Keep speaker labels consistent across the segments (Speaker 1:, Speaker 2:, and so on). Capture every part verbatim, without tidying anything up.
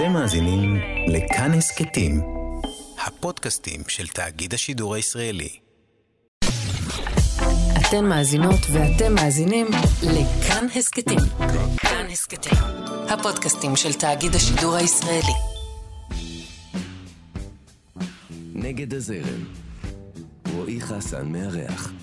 Speaker 1: אתם מאזינים לכאן הסכתים, הפודקאסטים של תאגיד השידור הישראלי.
Speaker 2: אתן מאזינות ואתם מאזינים לכאן הסכתים. כאן הסכתים, הפודקאסטים של תאגיד השידור הישראלי.
Speaker 3: נגד הזרם, רועי חסן מארח.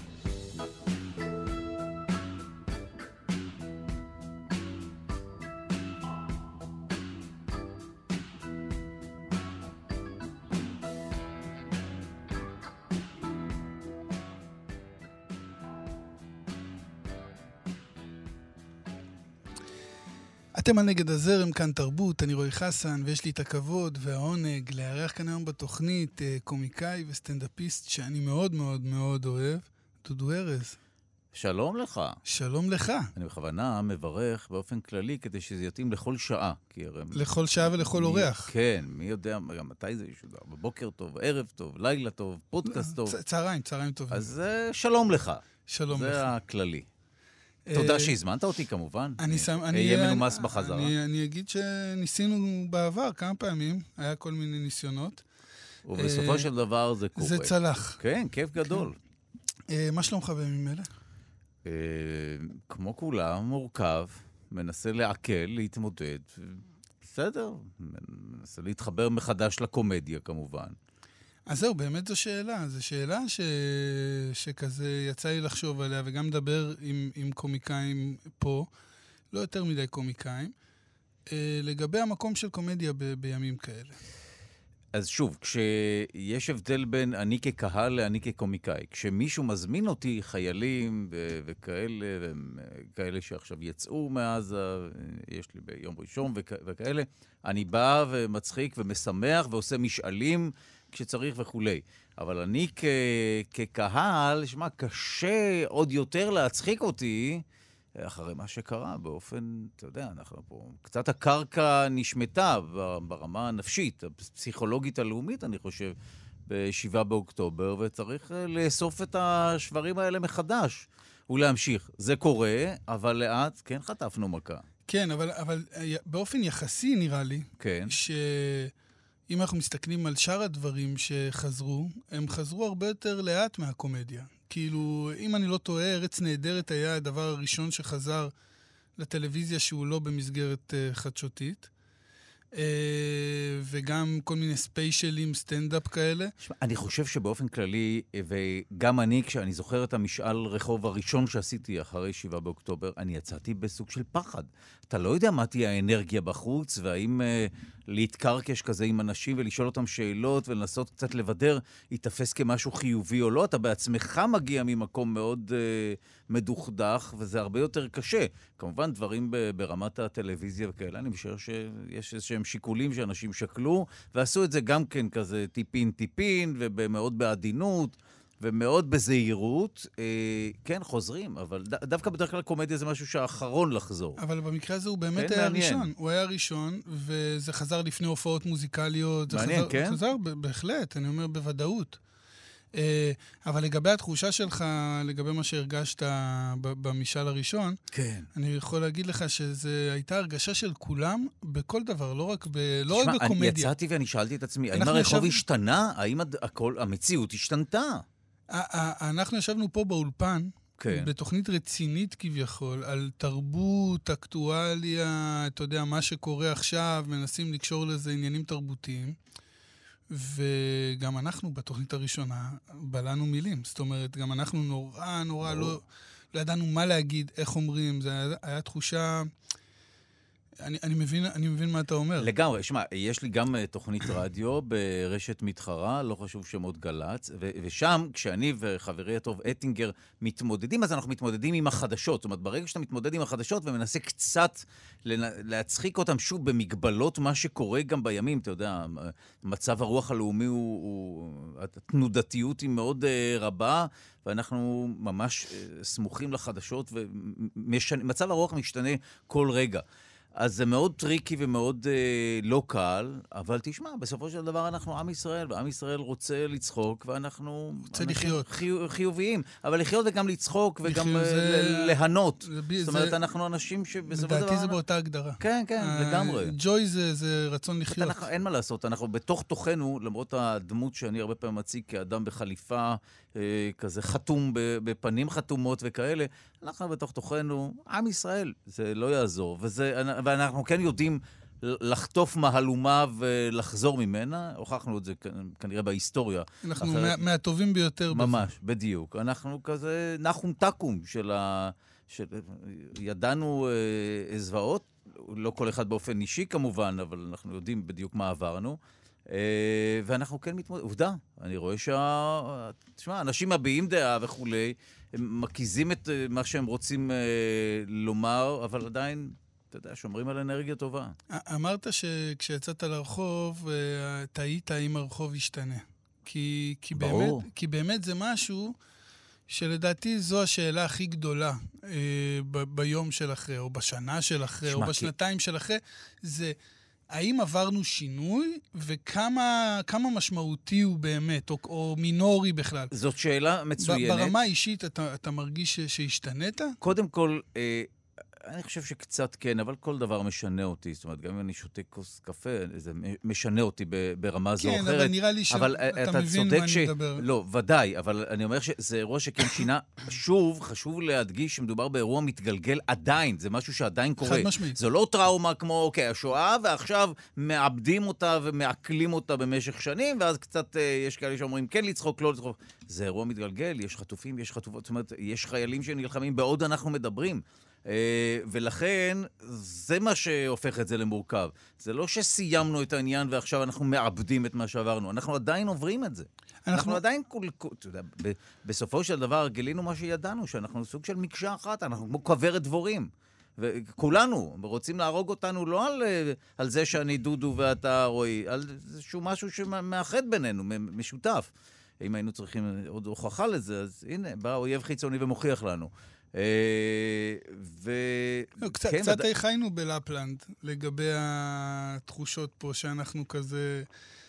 Speaker 4: אתם על נגד הזרם, כאן תרבות, אני רועי חסן, ויש לי את הכבוד והעונג לארח כאן היום בתוכנית קומיקאי וסטנדאפיסט שאני מאוד מאוד מאוד אוהב, דודו ארז.
Speaker 5: שלום לך.
Speaker 4: שלום לך.
Speaker 5: אני בכוונה מברך באופן כללי כדי שזה יתאים לכל שעה.
Speaker 4: לכל שעה ולכל אורח.
Speaker 5: כן, מי יודע מתי זה ישודר. בבוקר טוב, ערב טוב, לילה טוב, פודקאסט טוב.
Speaker 4: צהריים, צהריים טובים.
Speaker 5: אז שלום לך.
Speaker 4: שלום לך.
Speaker 5: זה הכללי. תודה שהזמנת אותי כמובן.
Speaker 4: אני שם, אני
Speaker 5: אהיה מנומס בחזרה.
Speaker 4: אני, אני אגיד שניסינו בעבר כמה פעמים, היה כל מיני ניסיונות.
Speaker 5: ובסופו של דבר זה קורה.
Speaker 4: זה צלח.
Speaker 5: כן, כיף גדול.
Speaker 4: מה שלומך בימים אלה?
Speaker 5: כמו כולם, מורכב, מנסה לעכל, להתמודד. בסדר, מנסה להתחבר מחדש לקומדיה כמובן.
Speaker 4: אז זהו, באמת זו שאלה. זו שאלה ש... שכזה יצא לי לחשוב עליה, וגם לדבר עם, עם קומיקאים פה, לא יותר מדי קומיקאים, לגבי המקום של קומדיה ב... בימים כאלה.
Speaker 5: אז שוב, כשיש הבדל בין אני כקהל לאני כקומיקאי, כשמישהו מזמין אותי, חיילים ו... וכאלה, וכאלה שעכשיו יצאו מעזה, יש לי ביום ראשון וכ... וכאלה, אני בא ומצחיק ומשמח ועושה משאלים, כשצריך וכולי. אבל אני כ- כקהל, שמה, קשה עוד יותר להצחיק אותי, אחרי מה שקרה באופן, אתה יודע, אנחנו פה, קצת הקרקע נשמטה ברמה הנפשית, הפסיכולוגית הלאומית, אני חושב, בשבעה באוקטובר, וצריך לאסוף את השברים האלה מחדש ולהמשיך. זה קורה, אבל לאט, כן, חטפנו מכה.
Speaker 4: כן, אבל, אבל באופן יחסי נראה לי,
Speaker 5: כן.
Speaker 4: ש... אם אנחנו מסתכלים על שאר הדברים שחזרו, הם חזרו הרבה יותר לאט מהקומדיה. כאילו, אם אני לא טועה, ארץ נהדרת היה הדבר הראשון שחזר לטלוויזיה שהוא לא במסגרת uh, חדשותית. Uh, וגם כל מיני ספיישלים, סטנדאפ כאלה.
Speaker 5: שמה, אני חושב שבאופן כללי, וגם אני, כשאני זוכר את המשאל רחוב הראשון שעשיתי אחרי שבעה באוקטובר, אני יצאתי בסוג של פחד. אתה לא יודע מה תהיה האנרגיה בחוץ, והאם uh, להתקרקש כזה עם אנשים ולשאול אותם שאלות ולנסות קצת לבדר, יתפס כמשהו חיובי או לא. אתה בעצמך מגיע ממקום מאוד uh, מדוכדך, וזה הרבה יותר קשה. כמובן, דברים ב- ברמת הטלוויזיה וכאלה, אני משער שיש איזשהם שיקולים שאנשים שקלו, ועשו את זה גם כן כזה טיפין טיפין, ומאוד בעדינות, ומאוד בזהירות. אה, כן, חוזרים, אבל ד- דווקא בדרך כלל קומדיה זה משהו שהאחרון לחזור.
Speaker 4: אבל במקרה הזה הוא באמת
Speaker 5: כן,
Speaker 4: היה
Speaker 5: מעניין.
Speaker 4: ראשון. הוא היה ראשון, וזה חזר לפני הופעות מוזיקליות.
Speaker 5: מעניין,
Speaker 4: זה חזר,
Speaker 5: כן?
Speaker 4: חזר ב- בהחלט, אני אומר בוודאות. אה, אבל לגבי התחושה שלך, לגבי מה שהרגשת ב- במשאל הראשון,
Speaker 5: כן.
Speaker 4: אני יכול להגיד לך שזו הייתה הרגשה של כולם בכל דבר, לא רק, ב, לא
Speaker 5: תשמע,
Speaker 4: רק
Speaker 5: אני
Speaker 4: בקומדיה.
Speaker 5: יצאתי ואני שאלתי את עצמי, האם
Speaker 4: אנחנו
Speaker 5: הרחוב
Speaker 4: ישב-
Speaker 5: השתנה? האם הד- הכל, המציאות השתנתה?
Speaker 4: ה- ה- אנחנו ישבנו פה באולפן,
Speaker 5: כן.
Speaker 4: בתוכנית רצינית כביכול, על תרבות, אקטואליה, אתה יודע, מה שקורה עכשיו, מנסים לקשור לזה עניינים תרבותיים, וגם אנחנו בתוכנית הראשונה בלענו מילים. זאת אומרת, גם אנחנו נורא נורא לא, לא ידענו מה להגיד, איך אומרים, זה היה, היה תחושה... אני, אני מבין, אני מבין מה אתה אומר.
Speaker 5: לגמרי, שמע, יש לי גם תוכנית רדיו ברשת מתחרה, לא חשוב שמות גלץ, ו- ושם, כשאני וחברי הטוב אטינגר מתמודדים, אז אנחנו מתמודדים עם החדשות. זאת אומרת, ברגע שאתה מתמודד עם החדשות ומנסה קצת להצחיק אותם שוב במגבלות מה שקורה גם בימים, אתה יודע, מצב הרוח הלאומי הוא, הוא התנודתיות היא מאוד uh, רבה, ואנחנו ממש uh, סמוכים לחדשות, ומצב הרוח משתנה כל רגע. אז זה מאוד טריקי ומאוד אה, לא קל, אבל תשמע, בסופו של דבר אנחנו עם ישראל, ועם ישראל רוצה לצחוק, ואנחנו...
Speaker 4: רוצה לחיות.
Speaker 5: חיו, חיוביים, אבל לחיות זה גם לצחוק וגם
Speaker 4: זה...
Speaker 5: להנות.
Speaker 4: זה...
Speaker 5: זאת אומרת, זה... אנחנו אנשים שבסופו של דבר...
Speaker 4: לדעתי זה באותה הגדרה.
Speaker 5: כן, כן, לגמרי.
Speaker 4: ג'וי זה, זה רצון לחיות.
Speaker 5: אנחנו, אין מה לעשות, אנחנו בתוך תוכנו, למרות הדמות שאני הרבה פעמים מציג כאדם בחליפה, אה, כזה חתום, בפנים חתומות וכאלה, אנחנו בתוך תוכנו, עם ישראל, זה לא יעזור, וזה, ואנחנו כן יודעים לחטוף מהלומה ולחזור ממנה, הוכחנו את זה כנראה בהיסטוריה.
Speaker 4: אנחנו אחרת, מהטובים ביותר
Speaker 5: ממש, בזה. ממש, בדיוק. אנחנו כזה נחום תקום של ה... של... ידענו אה, זוועות, לא כל אחד באופן אישי כמובן, אבל אנחנו יודעים בדיוק מה עברנו. ואנחנו כן מתמודדים, עובדה, אני רואה שה... תשמע, אנשים מביעים דעה וכולי, הם מקיזים את מה שהם רוצים לומר, אבל עדיין, אתה יודע, שומרים על אנרגיה טובה.
Speaker 4: אמרת שכשיצאת לרחוב, תהית אם הרחוב ישתנה. כי, כי, באמת, כי באמת זה משהו שלדעתי זו השאלה הכי גדולה אה, ב- ביום של אחרי, או בשנה של אחרי, או בשנתיים כי... של אחרי, זה... האם עברנו שינוי, וכמה כמה משמעותי הוא באמת, או, או מינורי בכלל?
Speaker 5: זאת שאלה מצוינת.
Speaker 4: ברמה האישית, אתה, אתה מרגיש שהשתנית?
Speaker 5: קודם כל, אה, אני חושב שקצת כן, אבל כל דבר משנה אותי. זאת אומרת, גם אם אני שותה כוס קפה, זה משנה אותי ברמה זו או אחרת.
Speaker 4: כן, אבל נראה לי שאתה מבין מה אני מדבר.
Speaker 5: לא, ודאי, אבל אני אומר שזה אירוע שכן שינה. שוב, חשוב להדגיש שמדובר באירוע מתגלגל עדיין. זה משהו שעדיין קורה.
Speaker 4: חד משמעית.
Speaker 5: זו לא טראומה כמו, אוקיי, השואה, ועכשיו מאבדים אותה ומעכלים אותה במשך שנים, ואז קצת יש כאלה שאומרים, כן לצחוק, לא לצחוק. זה אירוע מתגלגל, יש חטופים, יש חטופות, זאת אומרת, יש חיילים שנלחמים בעוד אנחנו מדברים. Uh, ולכן זה מה שהופך את זה למורכב. זה לא שסיימנו את העניין ועכשיו אנחנו מאבדים את מה שעברנו. אנחנו עדיין עוברים את זה. אנחנו, אנחנו עדיין, אתה יודע, ב- בסופו של דבר גילינו מה שידענו, שאנחנו סוג של מקשה אחת, אנחנו כמו כוורת דבורים. וכולנו רוצים להרוג אותנו לא על, על זה שאני דודו ואתה רואי, על איזשהו משהו שמאחד בינינו, משותף. אם היינו צריכים עוד הוכחה לזה, אז הנה, בא אויב חיצוני ומוכיח לנו.
Speaker 4: קצת חיינו בלפלנד לגבי התחושות פה שאנחנו כזה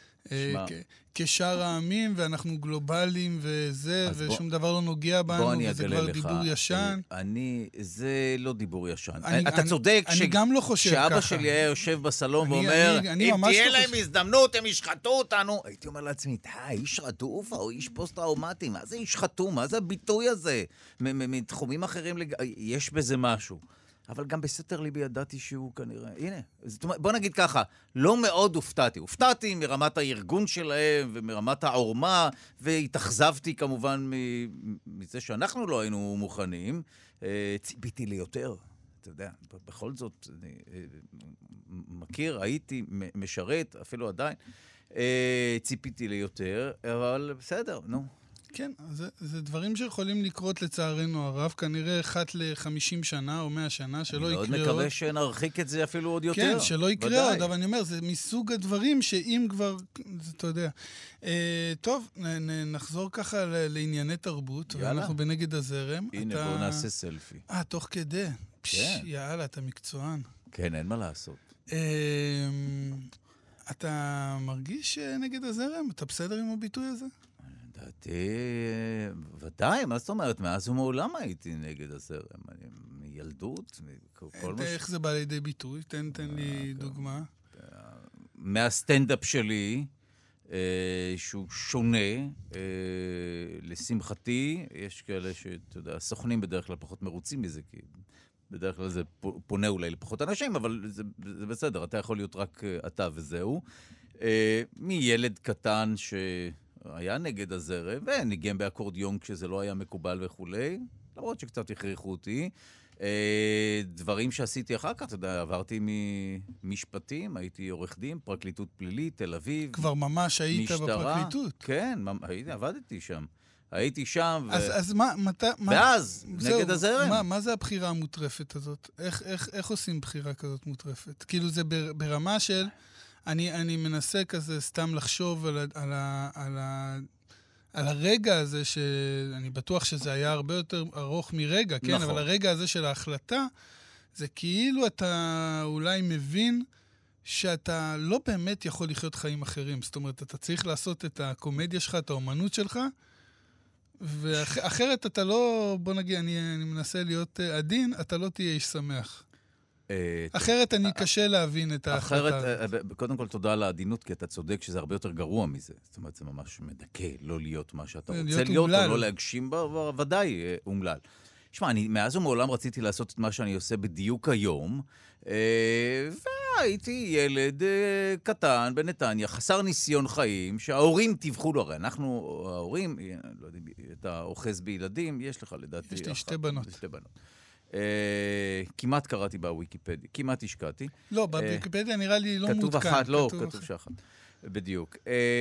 Speaker 4: כשאר העמים ואנחנו גלובליים וזה ושום דבר לא נוגע בנו וזה כבר דיבור ישן.
Speaker 5: זה לא דיבור ישן. אתה צודק שאבא שלי היה יושב בסלון ואומר אם תהיה להם הזדמנות הם ישחטו אותנו. הייתי אומר לעצמי, איש רדוף או איש פוסט-טראומטי, מה זה ישחטו? מה זה הביטוי הזה? מתחומים אחרים יש בזה משהו. אבל גם בסתר ליבי ידעתי שהוא כנראה... הנה, בוא נגיד ככה, לא מאוד הופתעתי. הופתעתי מרמת הארגון שלהם ומרמת העורמה, והתאכזבתי כמובן מזה שאנחנו לא היינו מוכנים. ציפיתי לי יותר. אתה יודע, בכל זאת, אני מכיר, הייתי משרת, אפילו עדיין. ציפיתי לי יותר, אבל בסדר, נו.
Speaker 4: כן, זה, זה דברים שיכולים לקרות לצערנו הרב, כנראה אחת ל-חמישים שנה או מאה שנה, שלא יקרה עוד.
Speaker 5: אני מאוד מקווה שנרחיק את זה אפילו עוד יותר.
Speaker 4: כן, שלא יקרה ודאי. עוד, אבל אני אומר, זה מסוג הדברים שאם כבר, זה, אתה יודע. אה, טוב, נ, נ, נחזור ככה ל, לענייני תרבות, יאללה. ואנחנו בנגד הזרם.
Speaker 5: הנה, אתה... בואו נעשה סלפי.
Speaker 4: אה, תוך כדי.
Speaker 5: כן.
Speaker 4: פש, יאללה, אתה מקצוען.
Speaker 5: כן, אין מה לעשות.
Speaker 4: אה, אתה מרגיש נגד הזרם? אתה בסדר עם הביטוי הזה?
Speaker 5: דעתי, ודאי, מה זאת אומרת? מאז ומעולם הייתי נגד הזרם. מילדות, כל מה ש...
Speaker 4: איך זה בא לידי ביטוי? תן, תן לי דוגמה.
Speaker 5: מהסטנדאפ שלי, שהוא שונה, לשמחתי, יש כאלה שאתה יודע, הסוכנים בדרך כלל פחות מרוצים מזה, כי בדרך כלל זה פונה אולי לפחות אנשים, אבל זה, זה בסדר, אתה יכול להיות רק אתה וזהו. מילד קטן ש... היה נגד הזרם, וניגן באקורדיון כשזה לא היה מקובל וכולי, למרות שקצת הכריחו אותי. דברים שעשיתי אחר כך, אתה יודע, עברתי ממשפטים, הייתי עורך דין, פרקליטות פלילית, תל אביב.
Speaker 4: כבר ממש היית
Speaker 5: משטרה,
Speaker 4: בפרקליטות.
Speaker 5: כן, הייתי, עבדתי שם. הייתי שם, ו...
Speaker 4: אז, אז מה, מת, מה...
Speaker 5: ואז,
Speaker 4: זהו,
Speaker 5: נגד הזרם.
Speaker 4: מה, מה זה הבחירה המוטרפת הזאת? איך, איך, איך עושים בחירה כזאת מוטרפת? כאילו זה ברמה של... אני, אני מנסה כזה סתם לחשוב על, על, על, על הרגע הזה, שאני בטוח שזה היה הרבה יותר ארוך מרגע, כן? נכון. אבל הרגע הזה של ההחלטה, זה כאילו אתה אולי מבין שאתה לא באמת יכול לחיות חיים אחרים. זאת אומרת, אתה צריך לעשות את הקומדיה שלך, את האומנות שלך, ואחרת אתה לא, בוא נגיד, אני, אני מנסה להיות עדין, אתה לא תהיה איש שמח. אחרת אני קשה להבין את ההחלטה.
Speaker 5: אחרת, קודם כל תודה על העדינות, כי אתה צודק שזה הרבה יותר גרוע מזה. זאת אומרת, זה ממש מדכא, לא להיות מה שאתה רוצה להיות, או לא להגשים בה, ודאי אומלל. שמע, אני מאז ומעולם רציתי לעשות את מה שאני עושה בדיוק היום, והייתי ילד קטן בנתניה, חסר ניסיון חיים, שההורים טיווחו לו, הרי אנחנו, ההורים, לא יודע, אתה אוחז בילדים, יש לך לדעתי...
Speaker 4: יש לי שתי בנות.
Speaker 5: שתי בנות. כמעט קראתי בוויקיפדיה, כמעט השקעתי.
Speaker 4: לא, בוויקיפדיה נררה לי לא מעודכן.
Speaker 5: כתוב אחת, לא, כתוב שאחת. בדיוק.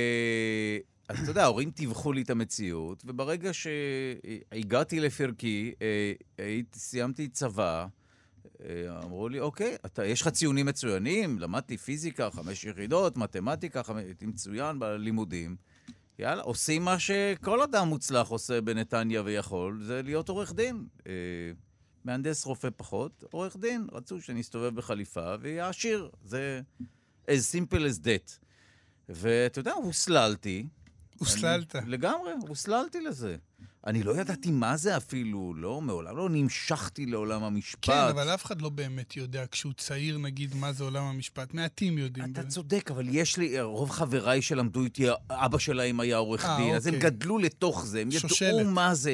Speaker 5: אז אתה יודע, ההורים טיווחו לי את המציאות, וברגע שהגעתי לפרקי, סיימתי צבא, אמרו לי, אוקיי, יש לך ציונים מצוינים, למדתי פיזיקה, חמש יחידות, מתמטיקה, הייתי מצוין בלימודים. יאללה, עושים מה שכל אדם מוצלח עושה בנתניה ויכול, זה להיות עורך דין. מהנדס רופא פחות, עורך דין, רצו שנסתובב בחליפה ויעשיר. זה as simple as that. ואתה יודע, הוסללתי.
Speaker 4: הוסללת.
Speaker 5: לגמרי, הוסללתי לזה. אני לא ידעתי מה זה אפילו, לא, מעולם לא נמשכתי לעולם המשפט.
Speaker 4: כן, אבל אף אחד לא באמת יודע, כשהוא צעיר, נגיד, מה זה עולם המשפט. מעטים יודעים.
Speaker 5: אתה צודק, אבל יש לי, רוב חבריי שלמדו איתי, אבא שלהם היה עורך דין, אז הם גדלו לתוך זה, הם ידעו מה זה.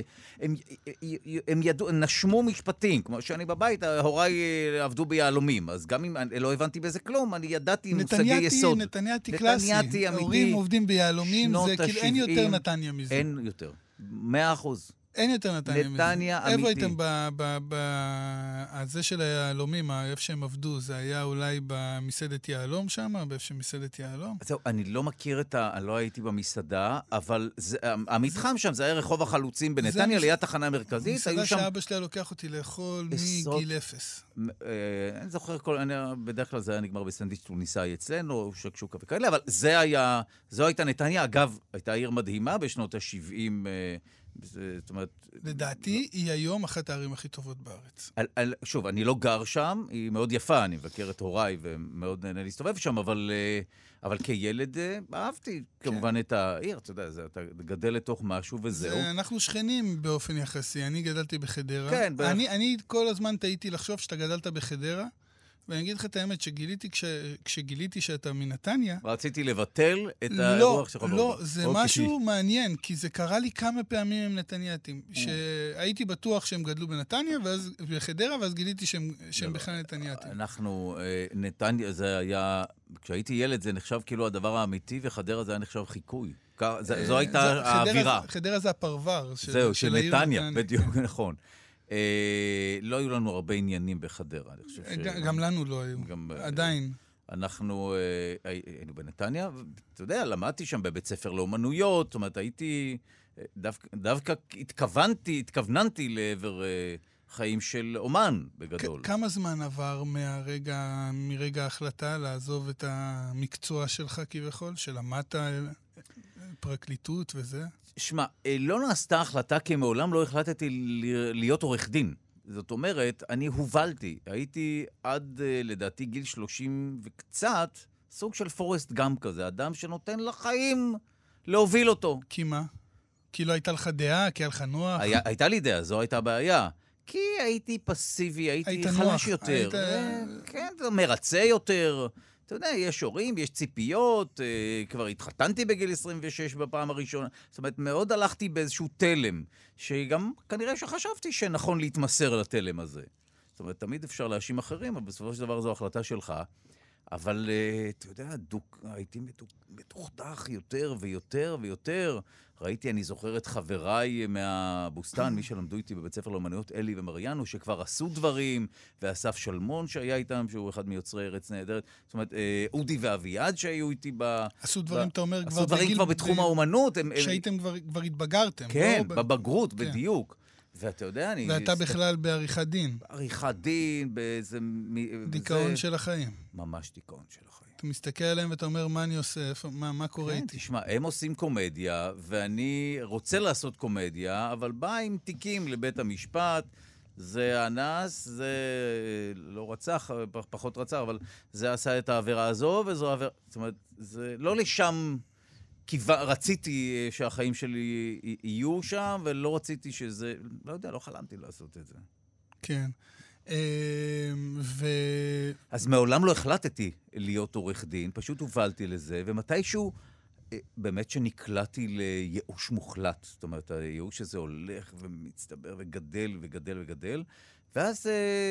Speaker 5: הם ידעו, נשמו משפטים, כמו שאני בבית, הוריי עבדו ביהלומים, אז גם אם לא הבנתי בזה כלום, אני ידעתי מושגי יסוד.
Speaker 4: נתניהתי קלאסי. הורים עובדים ביהלום, זה כאילו אין יותר נתניה מזה.
Speaker 5: אין יותר. מאה אחוז.
Speaker 4: אין יותר נתניה מזה.
Speaker 5: נתניה אמיתי.
Speaker 4: איפה הייתם בזה של היהלומים, איפה שהם עבדו? זה היה אולי במסעדת יהלום שם? באיפה שמסעדת יהלום?
Speaker 5: זהו, אני לא מכיר את ה... לא הייתי במסעדה, אבל המתחם שם, זה היה רחוב החלוצים בנתניה, ליד תחנה מרכזית.
Speaker 4: מסעדה שאבא שלי לוקח אותי לאכול מגיל אפס.
Speaker 5: אני זוכר, בדרך כלל זה היה נגמר בסנדוויץ' טוניסאי אצלנו, שקשוקה וכאלה, אבל זה היה, זו הייתה נתניה. אגב, הייתה עיר מדהימה בשנות ה-שבעים, זאת אומרת...
Speaker 4: לדעתי, היא היום אחת הערים הכי טובות בארץ.
Speaker 5: על, על, שוב, אני לא גר שם, היא מאוד יפה, אני מבקר את הוריי ומאוד נהנה להסתובב שם, אבל, אבל כילד אהבתי כמובן כן. את העיר, אתה יודע, זה, אתה גדל לתוך משהו וזהו. זה,
Speaker 4: אנחנו שכנים באופן יחסי, אני גדלתי בחדרה.
Speaker 5: כן.
Speaker 4: אני, אני כל הזמן טעיתי לחשוב שאתה גדלת בחדרה, ואני אגיד לך את האמת, שגיליתי, כש, כשגיליתי שאתה מנתניה...
Speaker 5: רציתי לבטל את האירוח שלך.
Speaker 4: לא, לא, זה אוקיי. משהו מעניין, כי זה קרה לי כמה פעמים עם נתניאתים, שהייתי בטוח שהם גדלו בנתניה, ואז בחדרה, ואז גיליתי שהם, שהם בכלל נתניאתים.
Speaker 5: אנחנו, נתניה, זה היה... כשהייתי ילד, זה נחשב כאילו הדבר האמיתי, וחדרה זה היה נחשב חיקוי. זו הייתה האווירה.
Speaker 4: חדרה זה הפרבר.
Speaker 5: זהו, של נתניה, בדיוק, נכון. לא היו לנו הרבה עניינים בחדרה, אני חושב ש...
Speaker 4: גם לנו לא היו, עדיין.
Speaker 5: אנחנו היינו בנתניה, ואתה יודע, למדתי שם בבית ספר לאומנויות, זאת אומרת, הייתי, דווקא התכוונתי, התכווננתי לעבר חיים של אומן בגדול.
Speaker 4: כמה זמן עבר מהרגע, מרגע ההחלטה לעזוב את המקצוע שלך כביכול, שלמדת פרקליטות וזה?
Speaker 5: שמע, לא נעשתה החלטה כי מעולם לא החלטתי להיות עורך דין. זאת אומרת, אני הובלתי. הייתי עד, לדעתי, גיל שלושים וקצת, סוג של פורסט גאמפ כזה, אדם שנותן לחיים להוביל אותו.
Speaker 4: כי מה? כי לא הייתה לך דעה? כי היה לך נוח?
Speaker 5: היה, הייתה לי דעה, זו הייתה בעיה. כי הייתי פסיבי, הייתי חלש נוח, יותר. היית... כן, מרצה יותר. אתה יודע, יש הורים, יש ציפיות, כבר התחתנתי בגיל עשרים ושש בפעם הראשונה. זאת אומרת, מאוד הלכתי באיזשהו תלם, שגם כנראה שחשבתי שנכון להתמסר לתלם הזה. זאת אומרת, תמיד אפשר להאשים אחרים, אבל בסופו של דבר זו החלטה שלך. אבל, אתה יודע, דוק, הייתי מתוכתך יותר ויותר ויותר. ראיתי, אני זוכר את חבריי מהבוסטן, מי שלמדו איתי בבית ספר לאומנויות, אלי ומריאנו, שכבר עשו דברים, ואסף שלמון שהיה איתם, שהוא אחד מיוצרי ארץ נהדרת. זאת אומרת, אודי ואביעד שהיו איתי ב...
Speaker 4: עשו דברים, אתה אומר,
Speaker 5: עשו דברים כבר בתחום האומנות.
Speaker 4: שהייתם כבר התבגרתם.
Speaker 5: כן, בבגרות, בדיוק. ואתה יודע, אני...
Speaker 4: ואתה בכלל בעריכת דין.
Speaker 5: בעריכת דין, באיזה...
Speaker 4: דיכאון של החיים.
Speaker 5: ממש דיכאון של החיים.
Speaker 4: אתה מסתכל עליהם ואתה אומר, מה אני עושה? מה, מה קורה
Speaker 5: כן,
Speaker 4: איתי?
Speaker 5: תשמע, הם עושים קומדיה, ואני רוצה לעשות קומדיה, אבל בא עם תיקים לבית המשפט, זה האנס, זה לא רצח, פחות רצח, אבל זה עשה את העבירה הזו, וזו עבירה... זאת אומרת, זה לא לשם... כי רציתי שהחיים שלי יהיו שם, ולא רציתי שזה... לא יודע, לא חלמתי לעשות את זה.
Speaker 4: כן. ו...
Speaker 5: אז מעולם לא החלטתי להיות עורך דין, פשוט הובלתי לזה, ומתישהו באמת שנקלעתי לייאוש מוחלט. זאת אומרת, הייאוש הזה הולך ומצטבר וגדל וגדל וגדל, ואז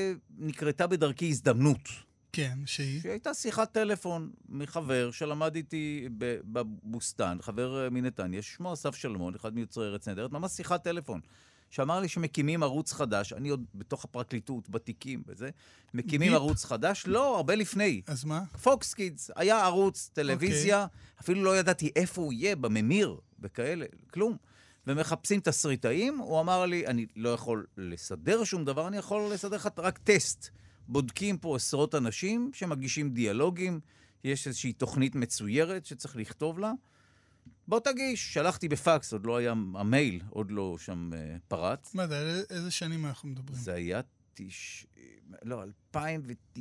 Speaker 5: נקרתה בדרכי הזדמנות.
Speaker 4: כן, שהיא?
Speaker 5: שהייתה שיחת טלפון מחבר שלמד איתי בבוסטן, חבר מנתניה, שמו אסף שלמון, אחד מיוצרי ארץ נהדרת, ממש שיחת טלפון, שאמר לי שמקימים ערוץ חדש, אני עוד בתוך הפרקליטות, בתיקים וזה, מקימים
Speaker 4: ביפ?
Speaker 5: ערוץ חדש, לא, הרבה לפני.
Speaker 4: אז מה?
Speaker 5: פוקס קידס, היה ערוץ טלוויזיה,
Speaker 4: Okay.
Speaker 5: אפילו לא ידעתי איפה הוא יהיה, בממיר, וכאלה, כלום. ומחפשים תסריטאים, הוא אמר לי, אני לא יכול לסדר שום דבר, אני יכול לסדר רק טסט. בודקים פה עשרות אנשים שמגישים דיאלוגים, יש איזושהי תוכנית מצוירת שצריך לכתוב לה. בוא תגיש, שלחתי בפקס, עוד לא היה המייל, עוד לא שם uh, פרט.
Speaker 4: מה זה, איזה שנים אנחנו מדברים?
Speaker 5: זה היה תש... לא, אלפיים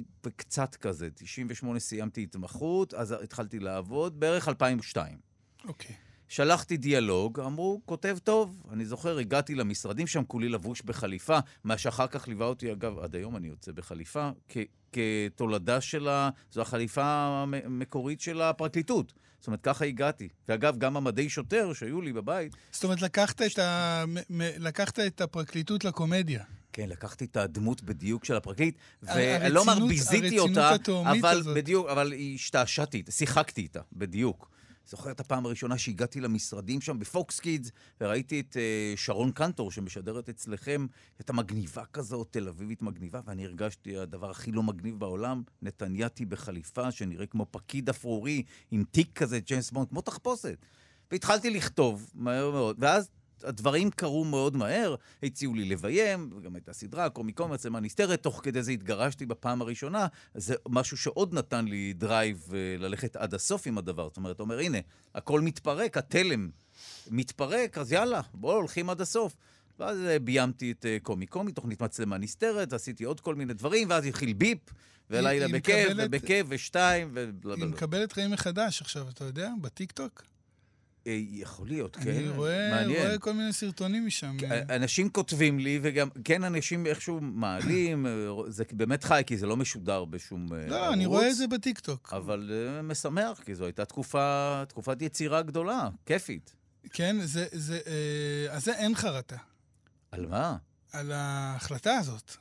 Speaker 5: וקצת כזה, תשעים ושמונה סיימתי התמחות, אז התחלתי לעבוד, בערך אלפיים ושתיים.
Speaker 4: אוקיי.
Speaker 5: שלחתי דיאלוג, אמרו, כותב טוב. אני זוכר, הגעתי למשרדים שם, כולי לבוש בחליפה, מה שאחר כך ליווה אותי, אגב, עד היום אני יוצא בחליפה, כ- כתולדה שלה, זו החליפה המקורית של הפרקליטות. זאת אומרת, ככה הגעתי. ואגב, גם המדי שוטר שהיו לי בבית.
Speaker 4: זאת אומרת, לקחת את, ה... לקחת את הפרקליטות לקומדיה.
Speaker 5: כן, לקחתי את הדמות בדיוק של הפרקליט,
Speaker 4: הרצינות,
Speaker 5: ולא אומר, ביזיתי אותה, אבל
Speaker 4: הזאת.
Speaker 5: בדיוק, אבל השתעשעתי, שיחקתי איתה, בדיוק. זוכר את הפעם הראשונה שהגעתי למשרדים שם בפוקס קידס, וראיתי את uh, שרון קנטור שמשדרת אצלכם, את המגניבה כזאת, תל אביבית מגניבה, ואני הרגשתי הדבר הכי לא מגניב בעולם, נתנייתי בחליפה שנראה כמו פקיד אפרורי, עם תיק כזה, ג'יימס בונד, כמו תחפושת. והתחלתי לכתוב מהר מאוד, ואז הדברים קרו מאוד מהר, הציעו לי לביים, וגם הייתה סדרה, קומיקום, מצלמה נסתרת, תוך כדי זה התגרשתי בפעם הראשונה, זה משהו שעוד נתן לי דרייב ללכת עד הסוף עם הדבר. זאת אומרת, אומר, הנה, הכל מתפרק, התלם מתפרק, אז יאללה, בואו הולכים עד הסוף. ואז ביימתי את קומיקום, תוכנית מצלמה נסתרת, עשיתי עוד כל מיני דברים, ואז התחיל ביפ, ולילה בכיף, ובכיף, ושתיים, ובלה.
Speaker 4: היא מקבלת חיים מחדש עכשיו, אתה יודע, בטיקטוק?
Speaker 5: יכול להיות, כן.
Speaker 4: אני רואה, רואה כל מיני סרטונים משם.
Speaker 5: אנשים כותבים לי, וגם, כן, אנשים איכשהו מעלים, זה באמת חי, כי זה לא משודר בשום ערוץ.
Speaker 4: לא, אני רואה את זה בטיקטוק.
Speaker 5: אבל משמח, כי זו הייתה תקופה, תקופת יצירה גדולה, כיפית.
Speaker 4: כן, זה, זה, אז זה אין חרטה.
Speaker 5: על מה?
Speaker 4: על ההחלטה הזאת.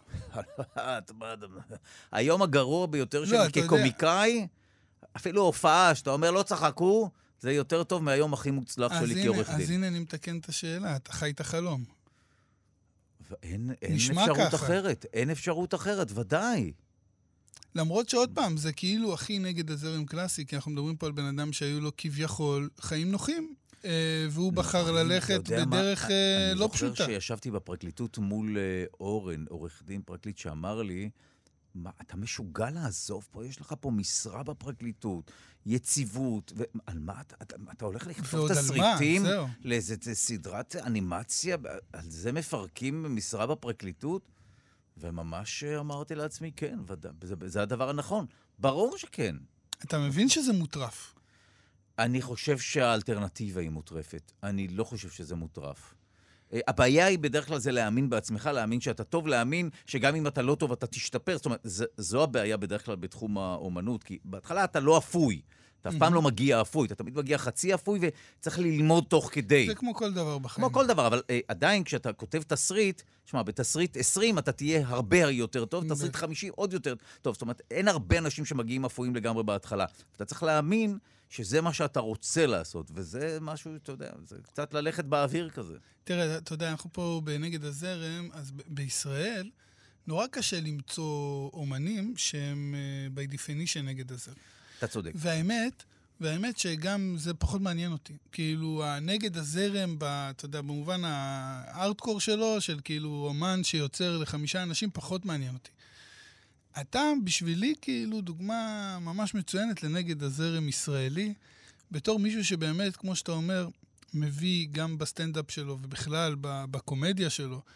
Speaker 5: היום הגרוע ביותר שלי כקומיקאי, אפילו הופעה, שאתה אומר, לא צחקו, זה יותר טוב מהיום הכי מוצלח שלי כעורך דין.
Speaker 4: אז הנה אני מתקן את השאלה, אתה חי את החלום.
Speaker 5: אין, אין אפשרות ככה. אחרת, אין אפשרות אחרת, ודאי.
Speaker 4: למרות שעוד פעם, זה כאילו הכי נגד הזרם קלאסי, כי אנחנו מדברים פה על בן אדם שהיו לו כביכול חיים נוחים, והוא בחר ללכת בדרך לא פשוטה.
Speaker 5: אני זוכר שישבתי בפרקליטות מול אורן, עורך דין פרקליט, שאמר לי, מה, אתה משוגע לעזוב פה? יש לך פה משרה בפרקליטות, יציבות, ועל מה אתה, אתה, אתה הולך לכתוב תסריטים לאיזה סדרת אנימציה, על זה מפרקים משרה בפרקליטות? וממש אמרתי לעצמי, כן, זה, זה הדבר הנכון. ברור שכן.
Speaker 4: אתה מבין שזה מוטרף?
Speaker 5: אני חושב שהאלטרנטיבה היא מוטרפת. אני לא חושב שזה מוטרף. הבעיה היא בדרך כלל זה להאמין בעצמך, להאמין שאתה טוב, להאמין שגם אם אתה לא טוב אתה תשתפר. זאת אומרת, זו הבעיה בדרך כלל בתחום האומנות, כי בהתחלה אתה לא אפוי. אתה אף פעם לא מגיע אפוי, אתה תמיד מגיע חצי אפוי וצריך ללמוד תוך כדי.
Speaker 4: זה כמו כל דבר בחיים.
Speaker 5: כמו כל דבר, אבל אה, עדיין כשאתה כותב תסריט, שמה, בתסריט עשרים אתה תהיה הרבה יותר טוב, תסריט חמישים עוד יותר טוב. זאת אומרת, אין הרבה אנשים שמגיעים אפויים לגמרי בהתחלה. אתה צריך להאמין שזה מה שאתה רוצה לעשות, וזה משהו, אתה יודע, זה קצת ללכת באוויר כזה.
Speaker 4: תראה, אתה יודע, אנחנו פה בנגד הזרם, אז ב- בישראל נורא קשה למצוא אומנים שהם uh, by definition נגד הזרם.
Speaker 5: אתה צודק.
Speaker 4: והאמת, והאמת שגם זה פחות מעניין אותי. כאילו, הנגד הזרם, ב, אתה יודע, במובן הארטקור שלו, של כאילו אומן שיוצר לחמישה אנשים, פחות מעניין אותי. אתה בשבילי כאילו דוגמה ממש מצוינת לנגד הזרם ישראלי, בתור מישהו שבאמת, כמו שאתה אומר, מביא גם בסטנדאפ שלו ובכלל בקומדיה שלו,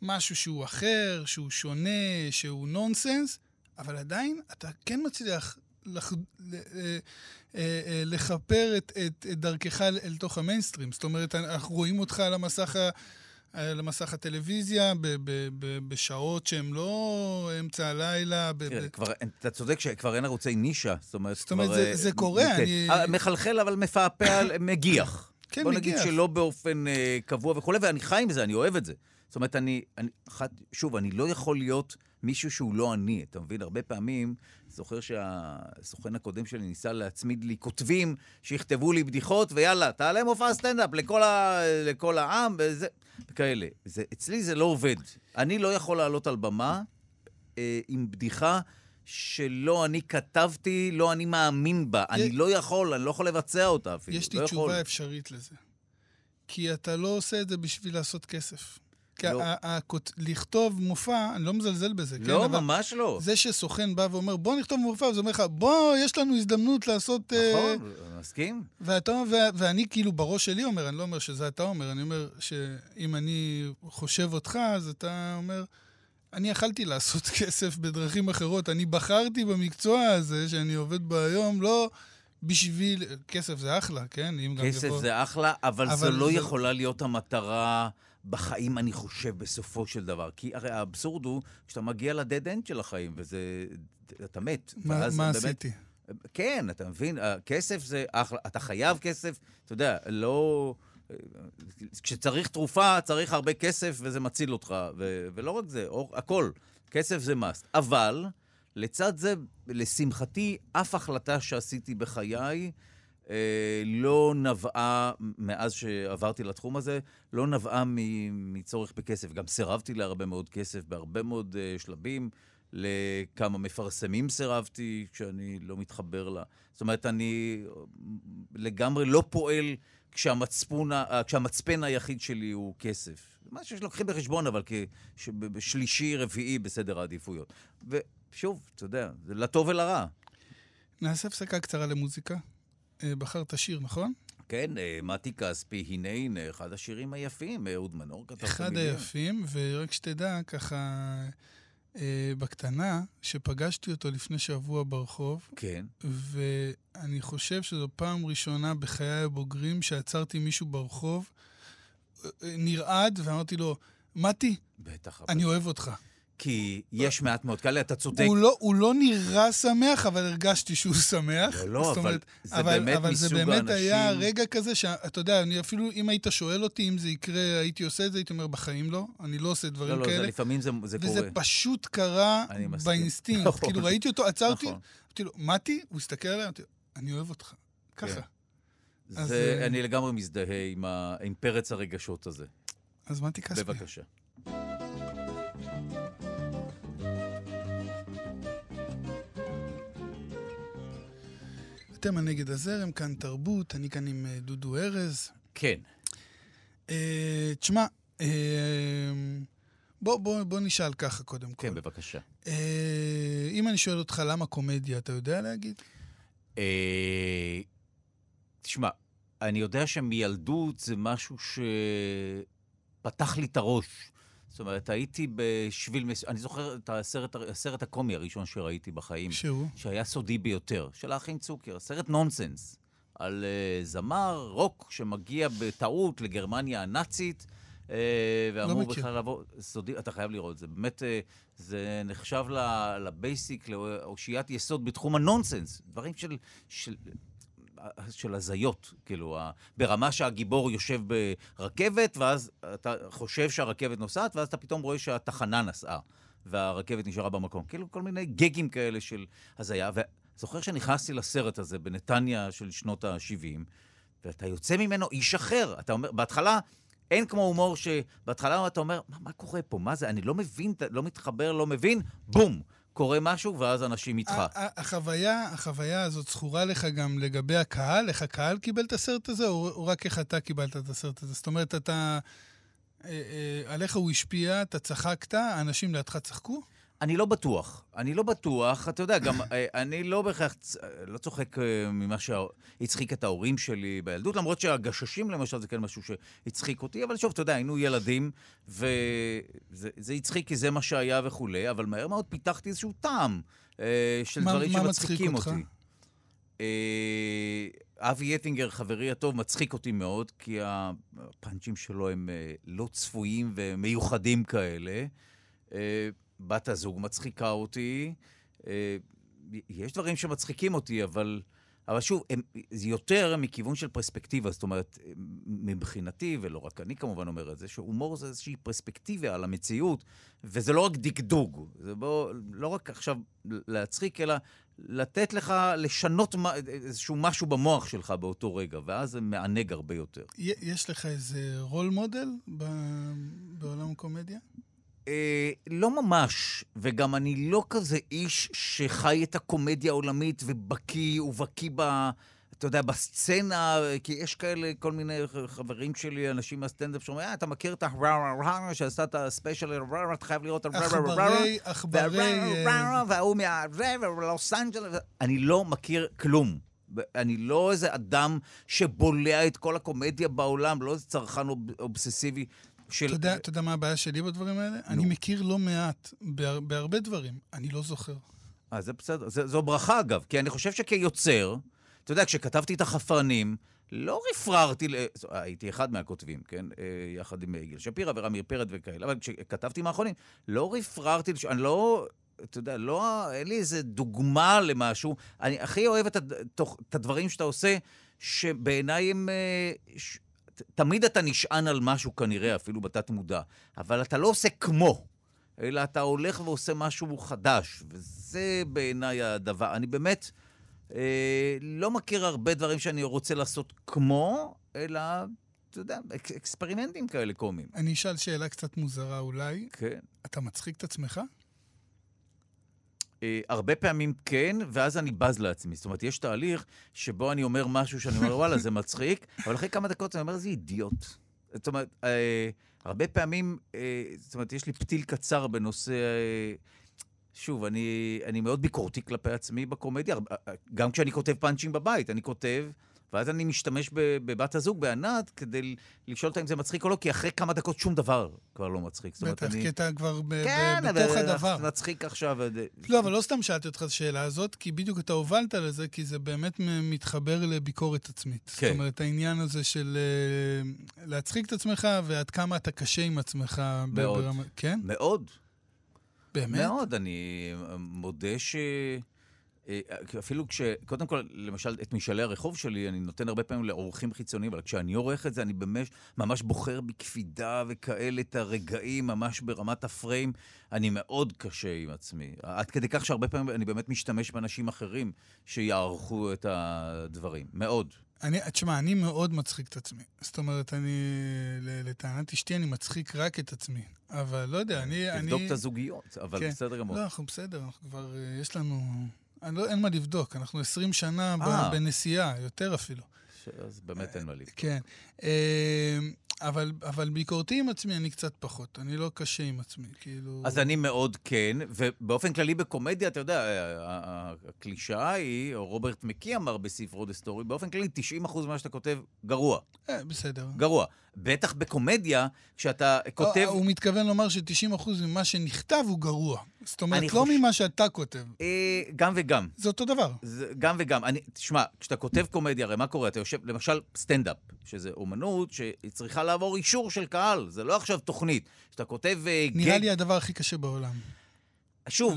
Speaker 4: משהו שהוא אחר, שהוא שונה, שהוא נונסנס, אבל עדיין אתה כן מצליח לח... לחפר את, את, את דרכך אל תוך המיינסטרים. זאת אומרת, אנחנו רואים אותך על המסך, ה... על המסך הטלוויזיה ב- ב- ב- בשעות שהן לא אמצע הלילה. ב-
Speaker 5: כן,
Speaker 4: ב-
Speaker 5: כבר, אתה צודק שכבר אין ערוצי נישה. זאת אומרת,
Speaker 4: זאת אומרת,
Speaker 5: כבר,
Speaker 4: זה, זה קורה.
Speaker 5: כן.
Speaker 4: אני...
Speaker 5: מחלחל, אבל מפעפע, מגיח.
Speaker 4: כן,
Speaker 5: בוא
Speaker 4: מגיח.
Speaker 5: נגיד שלא באופן אה, קבוע וכו', ואני חי עם זה, אני אוהב את זה. זאת אומרת, אני, אני אחת, שוב, אני לא יכול להיות מישהו שהוא לא אני, אתה מבין? הרבה פעמים, זוכר שהסוכן הקודם שלי ניסה להצמיד לי כותבים שיכתבו לי בדיחות, ויאללה, תעלה מופע סטנדאפ לכל, ה, לכל העם, וזה, וכאלה. זה, אצלי זה לא עובד. אני לא יכול לעלות על במה אה, עם בדיחה שלא אני כתבתי, לא אני מאמין בה. אני לא יכול, אני לא יכול לבצע אותה אפילו.
Speaker 4: יש לי
Speaker 5: לא
Speaker 4: תשובה
Speaker 5: יכול.
Speaker 4: אפשרית לזה. כי אתה לא עושה את זה בשביל לעשות כסף. כי
Speaker 5: לא.
Speaker 4: ה- ה- לכתוב מופע, אני לא מזלזל בזה, כן?
Speaker 5: לא,
Speaker 4: אבל
Speaker 5: ממש לא.
Speaker 4: זה שסוכן בא ואומר, בוא נכתוב מופע, וזה אומר לך, בוא, יש לנו הזדמנות לעשות... אה,
Speaker 5: נכון, מסכים?
Speaker 4: ואתה, ו- ואני כאילו בראש שלי אומר, אני לא אומר שזה אתה אומר, אני אומר שאם אני חושב אותך, אז אתה אומר, אני יכלתי לעשות כסף בדרכים אחרות, אני בחרתי במקצוע הזה שאני עובד בו היום, לא בשביל... כסף זה אחלה, כן? אם גם
Speaker 5: כסף
Speaker 4: יבוא...
Speaker 5: זה אחלה, אבל,
Speaker 4: אבל
Speaker 5: זו לא
Speaker 4: זה-
Speaker 5: יכולה להיות המטרה בחיים, אני חושב, בסופו של דבר. כי הרי האבסורד הוא שאתה מגיע לדד אנד של החיים, וזה... אתה מת.
Speaker 4: מה,
Speaker 5: ואז
Speaker 4: מה
Speaker 5: באמת-
Speaker 4: עשיתי?
Speaker 5: כן, אתה מבין? הכסף זה אחלה. אתה חייב כסף, אתה יודע, לא... כשצריך תרופה, צריך הרבה כסף, וזה מציל אותך. ו... ולא רק זה, או... הכל. כסף זה must. אבל, לצד זה, לשמחתי, אף החלטה שעשיתי בחיי, אה, לא נבעה, מאז שעברתי לתחום הזה, לא נבעה מ- מצורך בכסף. גם סירבתי להרבה מאוד כסף, בהרבה מאוד אה, שלבים, לכמה מפרסמים סירבתי, כשאני לא מתחבר לה. זאת אומרת, אני לגמרי לא פועל כשהמצפון, ה- כשהמצפן היחיד שלי הוא כסף. זה משהו שלוקחים בחשבון, אבל כשלישי, רביעי בסדר העדיפויות. ושוב, אתה יודע, זה לטוב ולרע.
Speaker 4: נעשה הפסקה קצרה למוזיקה. אה, בחרת שיר, נכון?
Speaker 5: כן, אה, מתי כספי, הנה הנה, אחד השירים היפים, אהוד מנור כתב את
Speaker 4: אחד
Speaker 5: המילים.
Speaker 4: היפים, ורק שתדע, ככה, אה, בקטנה, שפגשתי אותו לפני שבוע ברחוב,
Speaker 5: כן.
Speaker 4: ואני חושב שזו פעם ראשונה בחיי הבוגרים שעצרתי מישהו ברחוב, אה, נרעד, ואמרתי לו, מתי,
Speaker 5: בטח. אבל-
Speaker 4: אני אוהב אותך.
Speaker 5: כי יש מעט מאוד כאלה, אתה צודק.
Speaker 4: הוא לא, הוא לא נראה שמח, אבל הרגשתי שהוא שמח.
Speaker 5: לא, לא,
Speaker 4: זאת
Speaker 5: אבל
Speaker 4: אומרת,
Speaker 5: זה
Speaker 4: אבל,
Speaker 5: באמת
Speaker 4: אבל זה
Speaker 5: מסוג
Speaker 4: באמת
Speaker 5: האנשים-
Speaker 4: היה רגע כזה שאתה יודע, אני אפילו, אם היית שואל אותי אם זה יקרה, הייתי עושה את זה, הייתי אומר, בחיים לא, אני לא עושה דברים
Speaker 5: לא, לא,
Speaker 4: כאלה.
Speaker 5: זה לפעמים זה, זה קורה.
Speaker 4: וזה פשוט קרה
Speaker 5: אני מסכים.
Speaker 4: באינסטינקט.
Speaker 5: נכון.
Speaker 4: כאילו, ראיתי אותו, עצרתי,
Speaker 5: נכון.
Speaker 4: אמרתי לו, מתי? הוא הסתכל עליי, אמרתי לו, אני אוהב אותך. ככה.
Speaker 5: כן.
Speaker 4: אז,
Speaker 5: זה,
Speaker 4: אה,
Speaker 5: אני לגמרי מזדהה עם, ה, עם פרץ הרגשות הזה.
Speaker 4: אז מתי כספי?
Speaker 5: בבקשה.
Speaker 4: אתם הנגד הזרם, כאן תרבות, אני כאן עם אה, דודו ארז.
Speaker 5: כן.
Speaker 4: אה, תשמע, אה, בוא, בוא, בוא נשאל ככה קודם כל.
Speaker 5: כן, בבקשה.
Speaker 4: אה, אם אני שואל אותך למה קומדיה, אתה יודע להגיד?
Speaker 5: אה, תשמע, אני יודע שמילדות זה משהו שפתח לי את הראש. זאת אומרת, הייתי בשביל... מס... אני זוכר את הסרט, הסרט הקומי הראשון שראיתי בחיים.
Speaker 4: שהוא?
Speaker 5: שהיה סודי ביותר, של האחים צוקר. סרט נונסנס. על uh, זמר רוק שמגיע בטעות לגרמניה הנאצית, uh, ואמור
Speaker 4: מכיר.
Speaker 5: בכלל לבוא... סודי, אתה חייב לראות. זה באמת, uh, זה נחשב לבייסיק, לאושיית יסוד בתחום הנונסנס. דברים של... של של הזיות, כאילו, ברמה שהגיבור יושב ברכבת, ואז אתה חושב שהרכבת נוסעת, ואז אתה פתאום רואה שהתחנה נסעה, והרכבת נשארה במקום. כאילו, כל מיני גגים כאלה של הזיה. וזוכר שנכנסתי לסרט הזה בנתניה של שנות ה-שבעים, ואתה יוצא ממנו איש אחר. אתה אומר, בהתחלה, אין כמו הומור שבהתחלה אתה אומר, מה, מה קורה פה? מה זה? אני לא מבין, לא מתחבר, לא מבין, בום! קורה משהו, ואז אנשים איתך.
Speaker 4: החוויה, החוויה הזאת זכורה לך גם לגבי הקהל? איך הקהל קיבל את הסרט הזה, או, או רק איך אתה קיבלת את הסרט הזה? זאת אומרת, אתה... אה, אה, עליך הוא השפיע, אתה צחקת, האנשים לידך צחקו?
Speaker 5: אני לא בטוח. אני לא בטוח. אתה יודע, גם אני לא בהכרח, לא צוחק ממה שהצחיק את ההורים שלי בילדות, למרות שהגששים למשל זה כן משהו שהצחיק אותי, אבל שוב, אתה יודע, היינו ילדים, וזה הצחיק כי זה מה שהיה וכולי, אבל מהר מאוד פיתחתי איזשהו טעם של דברים שמצחיקים אותי. אבי יטינגר, חברי הטוב, מצחיק אותי מאוד, כי הפאנצ'ים שלו הם לא צפויים ומיוחדים כאלה. בת הזוג מצחיקה אותי. יש דברים שמצחיקים אותי, אבל, אבל שוב, הם, זה יותר מכיוון של פרספקטיבה. זאת אומרת, מבחינתי, ולא רק אני כמובן אומר את זה, שהומור זה איזושהי פרספקטיבה על המציאות, וזה לא רק דקדוג. זה בוא, לא רק עכשיו להצחיק, אלא לתת לך, לשנות איזשהו משהו במוח שלך באותו רגע, ואז זה מענג הרבה יותר.
Speaker 4: יש לך איזה רול מודל בעולם הקומדיה?
Speaker 5: אה, לא ממש, וגם אני לא כזה איש שחי את הקומדיה העולמית ובקי ובקי ב... אתה יודע, בסצנה, כי יש כאלה, כל מיני חברים שלי, אנשים מהסטנדאפ שאומרים, אה, אתה מכיר את ה-ררה, שעשתה את הספיישל, ררה, אתה חייב לראות את ה-ררה,
Speaker 4: עכברי,
Speaker 5: והוא מהלוס אנג'לס, אני לא מכיר כלום. אני לא איזה אדם שבולע את כל הקומדיה בעולם, לא איזה צרכן אובססיבי.
Speaker 4: אתה יודע מה הבעיה שלי בדברים האלה? אני מכיר לא מעט, בהרבה דברים, אני לא זוכר.
Speaker 5: אה, זה בסדר. זו ברכה, אגב, כי אני חושב שכיוצר, אתה יודע, כשכתבתי את החפרנים, לא רפררתי, הייתי אחד מהכותבים, כן? יחד עם יגאל שפירא ורמיר פרד וכאלה, אבל כשכתבתי מהאחרונים, לא רפררתי, אני לא, אתה יודע, לא, אין לי איזה דוגמה למשהו, אני הכי אוהב את הדברים שאתה עושה, שבעיניי הם... תמיד אתה נשען על משהו כנראה, אפילו בתת מודע, אבל אתה לא עושה כמו, אלא אתה הולך ועושה משהו חדש, וזה בעיניי הדבר. אני באמת אה, לא מכיר הרבה דברים שאני רוצה לעשות כמו, אלא, אתה יודע, אק- אקספרימנטים כאלה קומיים.
Speaker 4: אני אשאל שאלה קצת מוזרה אולי.
Speaker 5: כן.
Speaker 4: אתה מצחיק את עצמך?
Speaker 5: Uh, הרבה פעמים כן, ואז אני בז לעצמי. זאת אומרת, יש תהליך שבו אני אומר משהו שאני אומר, וואלה, זה מצחיק, אבל אחרי כמה דקות אני אומר, זה אידיוט. זאת אומרת, uh, הרבה פעמים, uh, זאת אומרת, יש לי פתיל קצר בנושא... Uh, שוב, אני, אני מאוד ביקורתי כלפי עצמי בקומדיה, גם כשאני כותב פאנצ'ים בבית, אני כותב... ואז אני משתמש בבת הזוג, בענת, כדי לשאול אותה אם זה מצחיק או לא, כי אחרי כמה דקות שום דבר כבר לא מצחיק.
Speaker 4: בטח, כי אתה כבר
Speaker 5: כן,
Speaker 4: בתוך הדבר.
Speaker 5: כן, מצחיק עכשיו.
Speaker 4: לא, אבל לא סתם שאלתי אותך את השאלה הזאת, כי בדיוק אתה הובלת לזה, כי זה באמת מתחבר לביקורת עצמית.
Speaker 5: כן.
Speaker 4: זאת אומרת, העניין הזה של להצחיק את עצמך, ועד כמה אתה קשה עם עצמך.
Speaker 5: מאוד.
Speaker 4: ברמה... כן?
Speaker 5: מאוד.
Speaker 4: באמת?
Speaker 5: מאוד. אני מודה ש... אפילו כש... קודם כל, למשל, את משאלי הרחוב שלי, אני נותן הרבה פעמים לאורחים חיצוניים, אבל כשאני עורך את זה, אני ממש, ממש בוחר בקפידה וכאלה את הרגעים, ממש ברמת הפריים. אני מאוד קשה עם עצמי. עד כדי כך שהרבה פעמים אני באמת משתמש באנשים אחרים שיערכו את הדברים. מאוד.
Speaker 4: אני, תשמע, אני מאוד מצחיק את עצמי. זאת אומרת, אני, לטענת אשתי, אני מצחיק רק את עצמי. אבל לא יודע, אני...
Speaker 5: תבדוק
Speaker 4: אני...
Speaker 5: את הזוגיות, אבל כן. בסדר גמור.
Speaker 4: לא, אנחנו בסדר, אנחנו כבר, יש לנו... אני לא, אין מה לבדוק, אנחנו עשרים שנה
Speaker 5: 아.
Speaker 4: בנסיעה, יותר אפילו.
Speaker 5: אז באמת אין מה לבדוק.
Speaker 4: כן. אבל, אבל ביקורתי עם עצמי אני קצת פחות. אני לא קשה עם עצמי, כאילו...
Speaker 5: אז אני מאוד כן, ובאופן כללי בקומדיה, אתה יודע, הקלישאה היא, או רוברט מקי אמר בספרו דה סטורי, באופן כללי תשעים אחוז ממה שאתה כותב גרוע.
Speaker 4: אה, בסדר.
Speaker 5: גרוע. בטח בקומדיה, כשאתה כותב...
Speaker 4: הוא מתכוון לומר ש-תשעים אחוז ממה שנכתב הוא גרוע. זאת אומרת, לא ממה שאתה כותב.
Speaker 5: גם וגם.
Speaker 4: זה אותו דבר.
Speaker 5: גם וגם. תשמע, כשאתה כותב קומדיה, הרי מה קורה? אתה יושב, למשל, סטנדאפ, שזה אומנות שהיא צריכה לעבור אישור של קהל. זה לא עכשיו תוכנית. כשאתה כותב...
Speaker 4: נראה לי הדבר הכי קשה בעולם.
Speaker 5: שוב,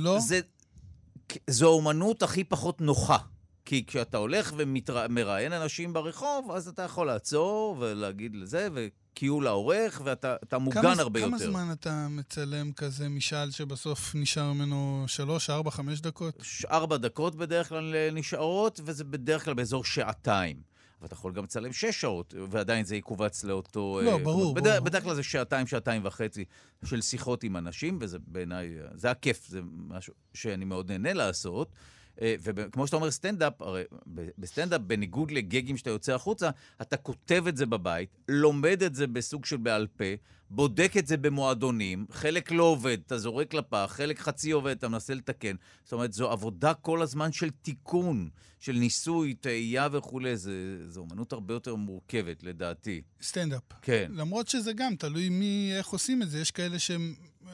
Speaker 5: זו אומנות הכי פחות נוחה. כי כשאתה הולך ומראיין אנשים ברחוב, אז אתה יכול לעצור ולהגיד לזה, וקיול לעורך, ואתה מוגן הרבה יותר.
Speaker 4: כמה זמן אתה מצלם כזה משאל שבסוף נשאר ממנו שלוש, ארבע, חמש דקות?
Speaker 5: ארבע דקות בדרך כלל נשארות, וזה בדרך כלל באזור שעתיים. ואתה יכול גם לצלם שש שעות, ועדיין זה יקובץ לאותו...
Speaker 4: לא, ברור,
Speaker 5: בדרך,
Speaker 4: ברור.
Speaker 5: בדרך כלל זה שעתיים, שעתיים וחצי של שיחות עם אנשים, וזה בעיניי, זה הכיף, זה משהו שאני מאוד נהנה לעשות. וכמו שאתה אומר סטנדאפ, הרי בסטנדאפ, בניגוד לגגים שאתה יוצא החוצה, אתה כותב את זה בבית, לומד את זה בסוג של בעל פה, בודק את זה במועדונים, חלק לא עובד, אתה זורק לפח, חלק חצי עובד, אתה מנסה לתקן. זאת אומרת, זו עבודה כל הזמן של תיקון, של ניסוי, תאייה וכו'. זו אומנות הרבה יותר מורכבת, לדעתי.
Speaker 4: סטנדאפ.
Speaker 5: כן.
Speaker 4: למרות שזה גם תלוי מי, איך עושים את זה. יש כאלה שהם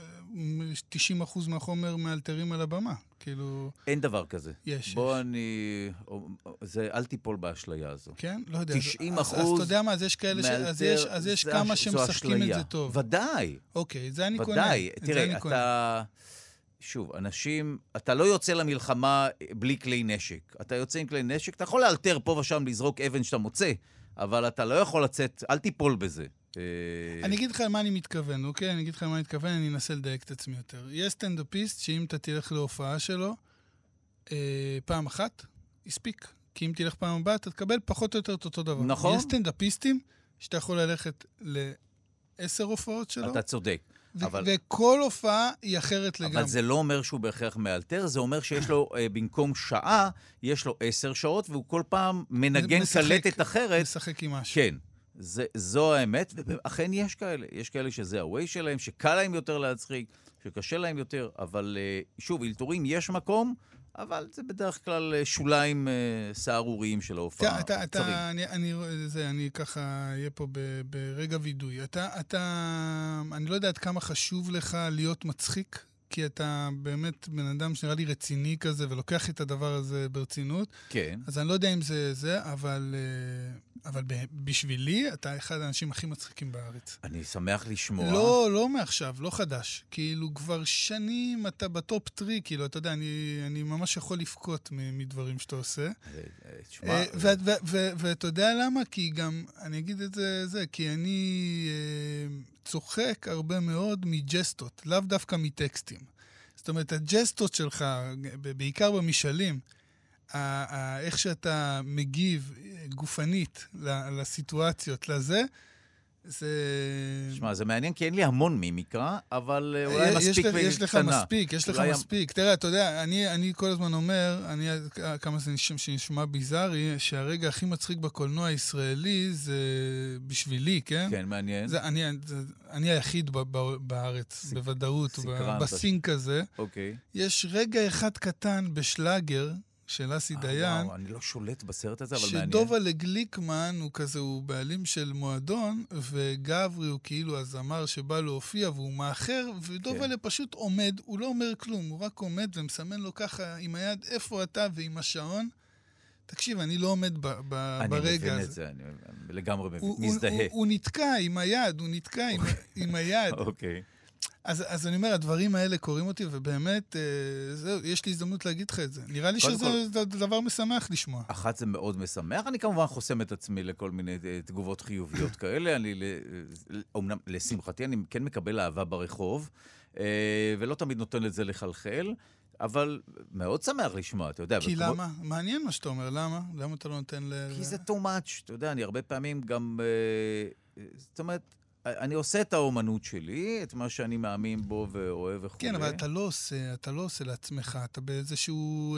Speaker 4: תשעים אחוז מהחומר מאלתרים על הבמה. כאילו...
Speaker 5: אין דבר כזה.
Speaker 4: יש.
Speaker 5: בוא יש. אני... זה, אל תיפול באשליה הזו.
Speaker 4: כן? לא יודע.
Speaker 5: תשעים אחוז
Speaker 4: אז, אז אתה יודע מה, אז יש כאלה מאלתר, ש... אז יש, אז יש כמה שמשחקים את זה טוב.
Speaker 5: ודאי.
Speaker 4: אוקיי, זה אני קונה.
Speaker 5: ודאי. תראה, אתה... קונה. שוב, אנשים... אתה לא יוצא למלחמה בלי כלי נשק. אתה יוצא עם כלי נשק, אתה יכול לאלתר פה ושם לזרוק אבן שאתה מוצא, אבל אתה לא יכול לצאת, אל תיפול בזה.
Speaker 4: אני אגיד לך על מה אני מתכוון, אוקיי? אני אגיד לך על מה אני מתכוון, אני אנסה לדייק את עצמי יותר. יש סטנדאפיסט שאם אתה תלך להופעה שלו, אה, פעם אחת, יספיק. כי אם תלך פעם הבאה, אתה תקבל פחות או יותר את אותו דבר.
Speaker 5: נכון.
Speaker 4: יש סטנדאפיסטים שאתה יכול ללכת לעשר הופעות שלו.
Speaker 5: אתה צודק.
Speaker 4: ו-
Speaker 5: אבל...
Speaker 4: וכל הופעה היא אחרת לגמרי.
Speaker 5: אבל זה לא אומר שהוא בהכרח מאלתר, זה אומר שיש לו, במקום שעה, יש לו עשר שעות, והוא כל פעם מנגן קלטת אחרת.
Speaker 4: משחק עם משהו.
Speaker 5: כן. זה, זו האמת, ואכן יש כאלה. יש כאלה שזה הווי שלהם, שקל להם יותר להצחיק, שקשה להם יותר, אבל שוב, אלתורים יש מקום, אבל זה בדרך כלל שוליים סערוריים של ההופעה.
Speaker 4: אתה, אתה, אני, אני, זה, אני ככה אהיה פה ב, ברגע וידוי. אתה, אתה, אני לא יודע עד כמה חשוב לך להיות מצחיק, כי אתה באמת בן אדם שנראה לי רציני כזה, ולוקח את הדבר הזה ברצינות.
Speaker 5: כן.
Speaker 4: אז אני לא יודע אם זה זה, אבל, אבל בשבילי, אתה אחד האנשים הכי מצחיקים בארץ.
Speaker 5: אני שמח לשמוע.
Speaker 4: לא, לא מעכשיו, לא חדש. כאילו, כבר שנים אתה בטופ טרי, כאילו, אתה יודע, אני, אני ממש יכול לפקוט מדברים שאתה עושה.
Speaker 5: תשמע...
Speaker 4: ואתה יודע למה? כי גם, אני אגיד את זה, זה, כי אני... צוחק הרבה מאוד מג'סטות, לאו דווקא מטקסטים. זאת אומרת, הג'סטות שלך, בעיקר במשאלים, איך שאתה מגיב גופנית לסיטואציות, לזה, זה...
Speaker 5: שמע, זה מעניין, כי אין לי המון מימיקה, אבל אולי מספיק וקטנה.
Speaker 4: יש לך מספיק, יש לך מספיק. תראה, אתה יודע, אני כל הזמן אומר, אני כמה זה שנשמע ביזארי, שהרגע הכי מצחיק בקולנוע הישראלי זה בשבילי, כן?
Speaker 5: כן, מעניין.
Speaker 4: אני היחיד בארץ, בוודאות, בסינק הזה.
Speaker 5: אוקיי.
Speaker 4: יש רגע אחד קטן בשלאגר, של אסי דיין.
Speaker 5: וואו, אני לא שולט בסרט הזה, אבל מעניין.
Speaker 4: שדובה לגליקמן הוא כזה, הוא בעלים של מועדון, וגברי הוא כאילו הזמר שבא להופיע, והוא מאחר, ודובה כן. פשוט עומד, הוא לא אומר כלום, הוא רק עומד ומסמן לו ככה עם היד, איפה אתה ועם השעון. תקשיב, אני לא עומד ב- ב-
Speaker 5: אני
Speaker 4: ברגע
Speaker 5: מבין
Speaker 4: הזה.
Speaker 5: את זה, אני לגמרי מבין,
Speaker 4: הוא,
Speaker 5: מזדהה.
Speaker 4: הוא, הוא, הוא נתקע עם היד, הוא נתקע עם, עם היד.
Speaker 5: אוקיי.
Speaker 4: אז, אז אני אומר, הדברים האלה קוראים אותי, ובאמת, אה, זהו, יש לי הזדמנות להגיד לך את זה. נראה לי שזה כל... דבר משמח לשמוע.
Speaker 5: אחת זה מאוד משמח. אני כמובן חוסם את עצמי לכל מיני תגובות חיוביות כאלה. אני, אומנם, לשמחתי, אני כן מקבל אהבה ברחוב, אה, ולא תמיד נותן את זה לחלחל, אבל מאוד שמח לשמוע, אתה יודע.
Speaker 4: כי
Speaker 5: וכמו...
Speaker 4: למה? מעניין מה שאתה אומר, למה? למה אתה לא נותן ל...
Speaker 5: כי זה too much, אתה יודע, אני הרבה פעמים גם, אה, זאת אומרת, אני עושה את האומנות שלי, את מה שאני מאמין בו ואוהב וכו'.
Speaker 4: כן, אבל אתה לא עושה, אתה לא עושה לעצמך, אתה באיזשהו...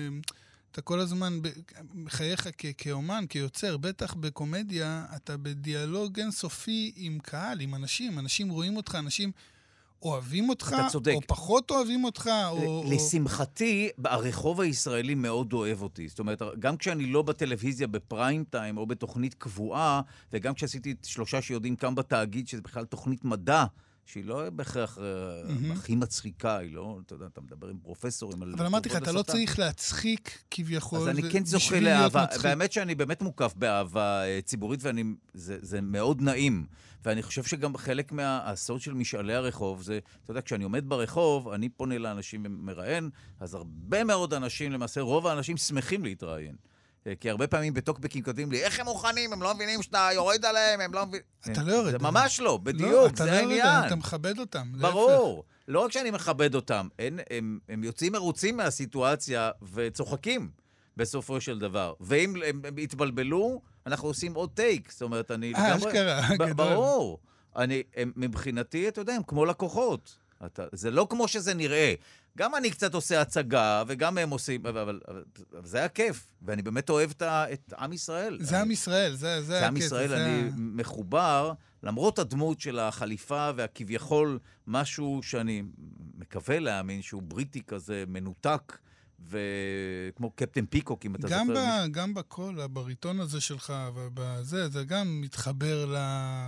Speaker 4: אתה כל הזמן חייך כאומן, כיוצר, בטח בקומדיה, אתה בדיאלוג אינסופי עם קהל, עם אנשים. אנשים רואים אותך, אנשים אוהבים אותך, או פחות אוהבים אותך, או...
Speaker 5: לשמחתי, הרחוב הישראלי מאוד אוהב אותי. זאת אומרת, גם כשאני לא בטלוויזיה בפריים טיים, או בתוכנית קבועה, וגם כשעשיתי שלושה שיודעים כאן בתאגיד, שזה בכלל תוכנית מדע, שהיא לא בהכרח הכי מצחיקה, היא לא, אתה יודע, אתה מדבר עם פרופסורים על...
Speaker 4: אבל אמרתי לך, אתה לא צריך להצחיק כביכול,
Speaker 5: אז אני כן זוכה לאהבה, והאמת שאני באמת מוקף באהבה ציבורית, וזה מאוד נעים. ואני חושב שגם חלק מהסוד של משאלי הרחוב, זה, אתה יודע, כשאני עומד ברחוב, אני פונה לאנשים ומראיין, אז הרבה מאוד אנשים, למעשה רוב האנשים שמחים להתראיין. כי הרבה פעמים בטוקבקים כותבים לי, איך הם מוכנים? הם לא מבינים שאתה יורד עליהם, הם לא מבינים...
Speaker 4: אתה לא יורד.
Speaker 5: זה ממש לא, בדיוק, זה העניין.
Speaker 4: אתה מכבד אותם.
Speaker 5: ברור. לא רק שאני מכבד אותם, הם יוצאים מרוצים מהסיטואציה וצוחקים בסופו של דבר. ואם הם יתבלבלו, אנחנו עושים עוד טייק. זאת אומרת, אני...
Speaker 4: אה, אשכרה, גדול.
Speaker 5: ברור. מבחינתי, אתה יודע, הם כמו לקוחות. זה לא כמו שזה נראה. גם אני קצת עושה הצגה, וגם הם עושים, אבל, אבל, אבל, אבל זה היה כיף, ואני באמת אוהב את, את עם ישראל.
Speaker 4: זה עם ישראל, זה, זה,
Speaker 5: זה עם ישראל,
Speaker 4: זה...
Speaker 5: אני מחובר, למרות הדמות של החליפה והכביכול משהו שאני מקווה להאמין שהוא בריטי כזה, מנותק, וכמו קפטן פיקוק, אם אתה
Speaker 4: גם
Speaker 5: זוכר.
Speaker 4: ב, גם בקול, הבריטון הזה שלך, ובזה, זה גם מתחבר ל...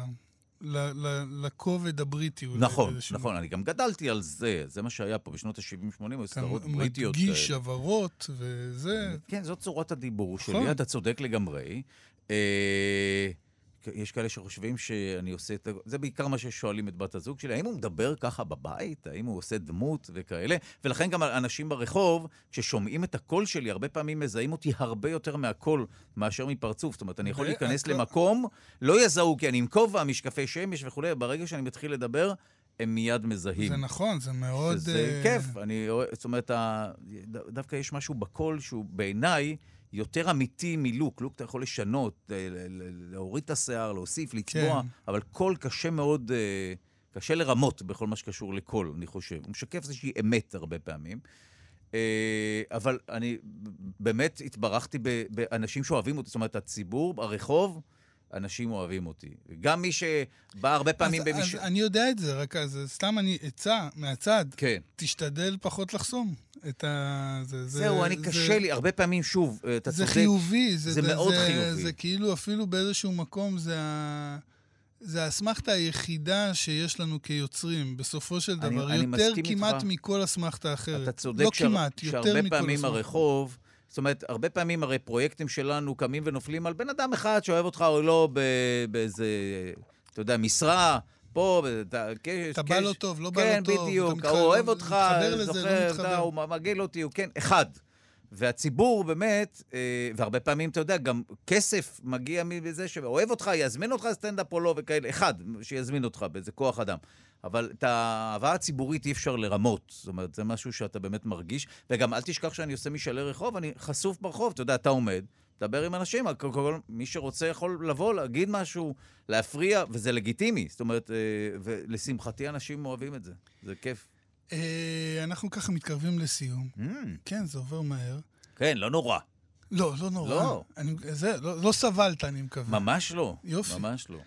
Speaker 4: לכובד הבריטי.
Speaker 5: נכון, נכון, אני גם גדלתי על זה, זה מה שהיה פה בשנות ה-שבעים שמונים, סדרות בריטיות כאלה.
Speaker 4: מדגיש עברות וזה...
Speaker 5: כן, זאת צורת הדיבור שלי, אתה צודק לגמרי. יש כאלה שחושבים שאני עושה את... זה בעיקר מה ששואלים את בת הזוג שלי, האם הוא מדבר ככה בבית? האם הוא עושה דמות וכאלה? ולכן גם אנשים ברחוב, כששומעים את הקול שלי, הרבה פעמים מזהים אותי הרבה יותר מהקול מאשר מפרצוף. זאת אומרת, אני יכול להיכנס למקום, לא יזהו, כי אני עם כובע, משקפי שמש וכו', ברגע שאני מתחיל לדבר, הם מיד מזהים.
Speaker 4: זה נכון, זה מאוד...
Speaker 5: זה כיף. אני... זאת אומרת, דווקא יש משהו בקול שהוא בעיניי, יותר אמיתי מלוק. לוק אתה יכול לשנות, להוריד את השיער, להוסיף, לצבוע, אבל קול קשה מאוד, קשה לרמות בכל מה שקשור לקול, אני חושב. הוא משקף איזושהי אמת הרבה פעמים. אבל אני באמת התברכתי באנשים שאוהבים אותי. זאת אומרת, הציבור, הרחוב, אנשים אוהבים אותי. גם מי שבא הרבה פעמים במישהו...
Speaker 4: אז אני יודע את זה, רק אז סתם אני עצה מהצד.
Speaker 5: כן.
Speaker 4: תשתדל פחות לחסום את ה...
Speaker 5: זהו, אני קשה לי. הרבה פעמים, שוב, אתה צודק.
Speaker 4: זה חיובי.
Speaker 5: זה מאוד חיובי.
Speaker 4: זה כאילו אפילו באיזשהו מקום, זה האסמכתה היחידה שיש לנו כיוצרים. בסופו של דבר, יותר כמעט מכל אסמכתה אחרת.
Speaker 5: אתה צודק שהרבה פעמים הרחוב... זאת אומרת, הרבה פעמים הרי פרויקטים שלנו קמים ונופלים על בן אדם אחד שאוהב אותך או לא באיזה, אתה יודע, משרה, פה,
Speaker 4: אתה בא לא טוב, לא בא לא טוב.
Speaker 5: כן, בדיוק, הוא אוהב אותך, זוכר, הוא מגעיל אותי, הוא כן, אחד. והציבור באמת, והרבה פעמים, אתה יודע, גם כסף מגיע מזה שאוהב אותך, יזמין אותך סטנדאפ או לא, וכאלה, אחד, שיזמין אותך באיזה כוח אדם. אבל את האהבה הציבורית אי אפשר לרמות. זאת אומרת, זה משהו שאתה באמת מרגיש. וגם אל תשכח שאני עושה משאלי רחוב, אני חשוף ברחוב, אתה יודע, אתה עומד, דבר עם אנשים, מי שרוצה יכול לבוא, להגיד משהו, להפריע, וזה לגיטימי. זאת אומרת, ולשמחתי אנשים אוהבים את זה. זה כיף.
Speaker 4: אנחנו ככה מתקרבים לסיום. כן, זה עובר מהר.
Speaker 5: כן, לא נורא.
Speaker 4: לא, לא נורא. לא. זה, לא סבלת, אני מקווה.
Speaker 5: ממש לא.
Speaker 4: יופי.
Speaker 5: ממש לא.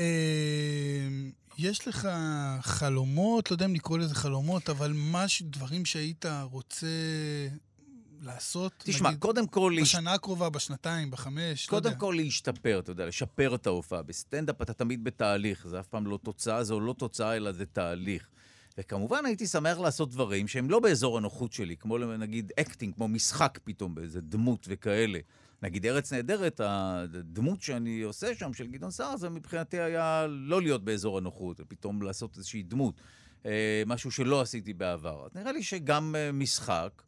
Speaker 4: יש לך חלומות, לא יודע אם לקרוא לזה חלומות, אבל ממש דברים שהיית רוצה לעשות?
Speaker 5: תשמע, נגיד, קודם כל...
Speaker 4: בשנה הקרובה, בשנתיים, בחמש,
Speaker 5: קודם לא כל להשתפר, אתה יודע, לשפר את ההופעה. בסטנדאפ אתה תמיד בתהליך, זה אף פעם לא תוצאה, זו לא תוצאה, אלא זה תהליך. וכמובן הייתי שמח לעשות דברים שהם לא באזור הנוחות שלי, כמו נגיד אקטינג, כמו משחק פתאום, באיזה דמות וכאלה. נגיד ארץ נהדרת, הדמות שאני עושה שם של גדעון סער, זה מבחינתי היה לא להיות באזור הנוחות, פתאום לעשות איזושהי דמות, משהו שלא עשיתי בעבר. אז נראה לי שגם משחק,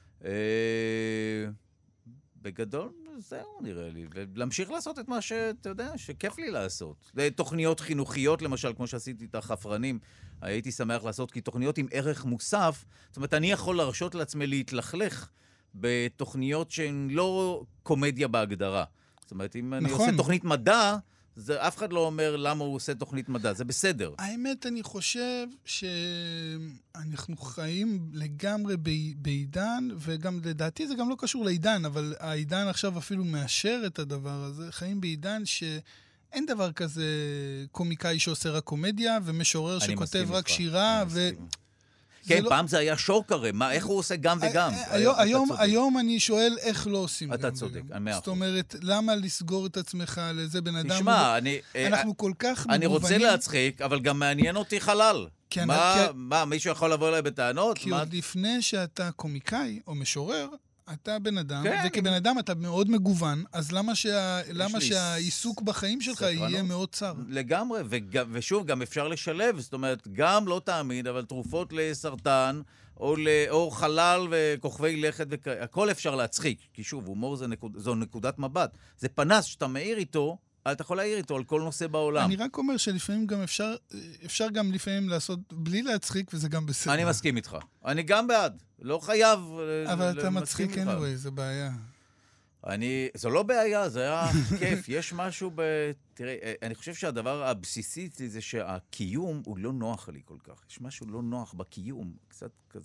Speaker 5: בגדול זהו נראה לי, ולהמשיך לעשות את מה שאתה יודע, שכיף לי לעשות. תוכניות חינוכיות למשל, כמו שעשיתי את החפרנים, הייתי שמח לעשות, כי תוכניות עם ערך מוסף, זאת אומרת, אני יכול להרשות לעצמי להתלכלך, בתוכניות שהן לא קומדיה בהגדרה. זאת אומרת, אם נכון. אני עושה תוכנית מדע, זה, אף אחד לא אומר למה הוא עושה תוכנית מדע, זה בסדר.
Speaker 4: האמת, אני חושב שאנחנו חיים לגמרי בעידן, וגם לדעתי זה גם לא קשור לעידן, אבל העידן עכשיו אפילו מאשר את הדבר הזה, חיים בעידן שאין דבר כזה קומיקאי שעושה רק קומדיה, ומשורר שכותב רק שירה, ו...
Speaker 5: כן,
Speaker 4: לא...
Speaker 5: פעם זה היה שוק הרי, מה, איך הוא עושה גם וגם?
Speaker 4: היום, היום, היום אני שואל איך לא עושים
Speaker 5: אתה צודק,
Speaker 4: על מאה אחוז. זאת אומרת, למה לסגור את עצמך לזה בן אדם?
Speaker 5: תשמע, אני...
Speaker 4: אנחנו כל כך
Speaker 5: אני מגוונים... רוצה להצחיק, אבל גם מעניין אותי חלל. כן, מה, כן... מה, מישהו יכול לבוא אליי בטענות?
Speaker 4: כי
Speaker 5: מה...
Speaker 4: עוד לפני שאתה קומיקאי או משורר, אתה בן אדם, כן, וכבן אני... אדם אתה מאוד מגוון, אז למה, שה... למה שהעיסוק בחיים שלך ספרנות? יהיה מאוד צר?
Speaker 5: לגמרי, וג... ושוב, גם אפשר לשלב, זאת אומרת, גם לא תאמין, אבל תרופות לסרטן, או, ל... או חלל וכוכבי לכת, וכ... הכל אפשר להצחיק, כי שוב, הומור זה נקוד... זו נקודת מבט. זה פנס שאתה מאיר איתו, אתה יכול להעיר איתו על כל נושא בעולם.
Speaker 4: אני רק אומר שלפעמים גם אפשר, אפשר גם לפעמים לעשות בלי להצחיק, וזה גם בסדר.
Speaker 5: אני מסכים איתך. אני גם בעד. לא חייב...
Speaker 4: אבל אתה מצחיק anyway, זה בעיה.
Speaker 5: אני... זו לא בעיה, זה היה כיף. יש משהו ב... תראה, אני חושב שהדבר הבסיסי זה שהקיום הוא לא נוח לי כל כך. יש משהו לא נוח בקיום. קצת כזה...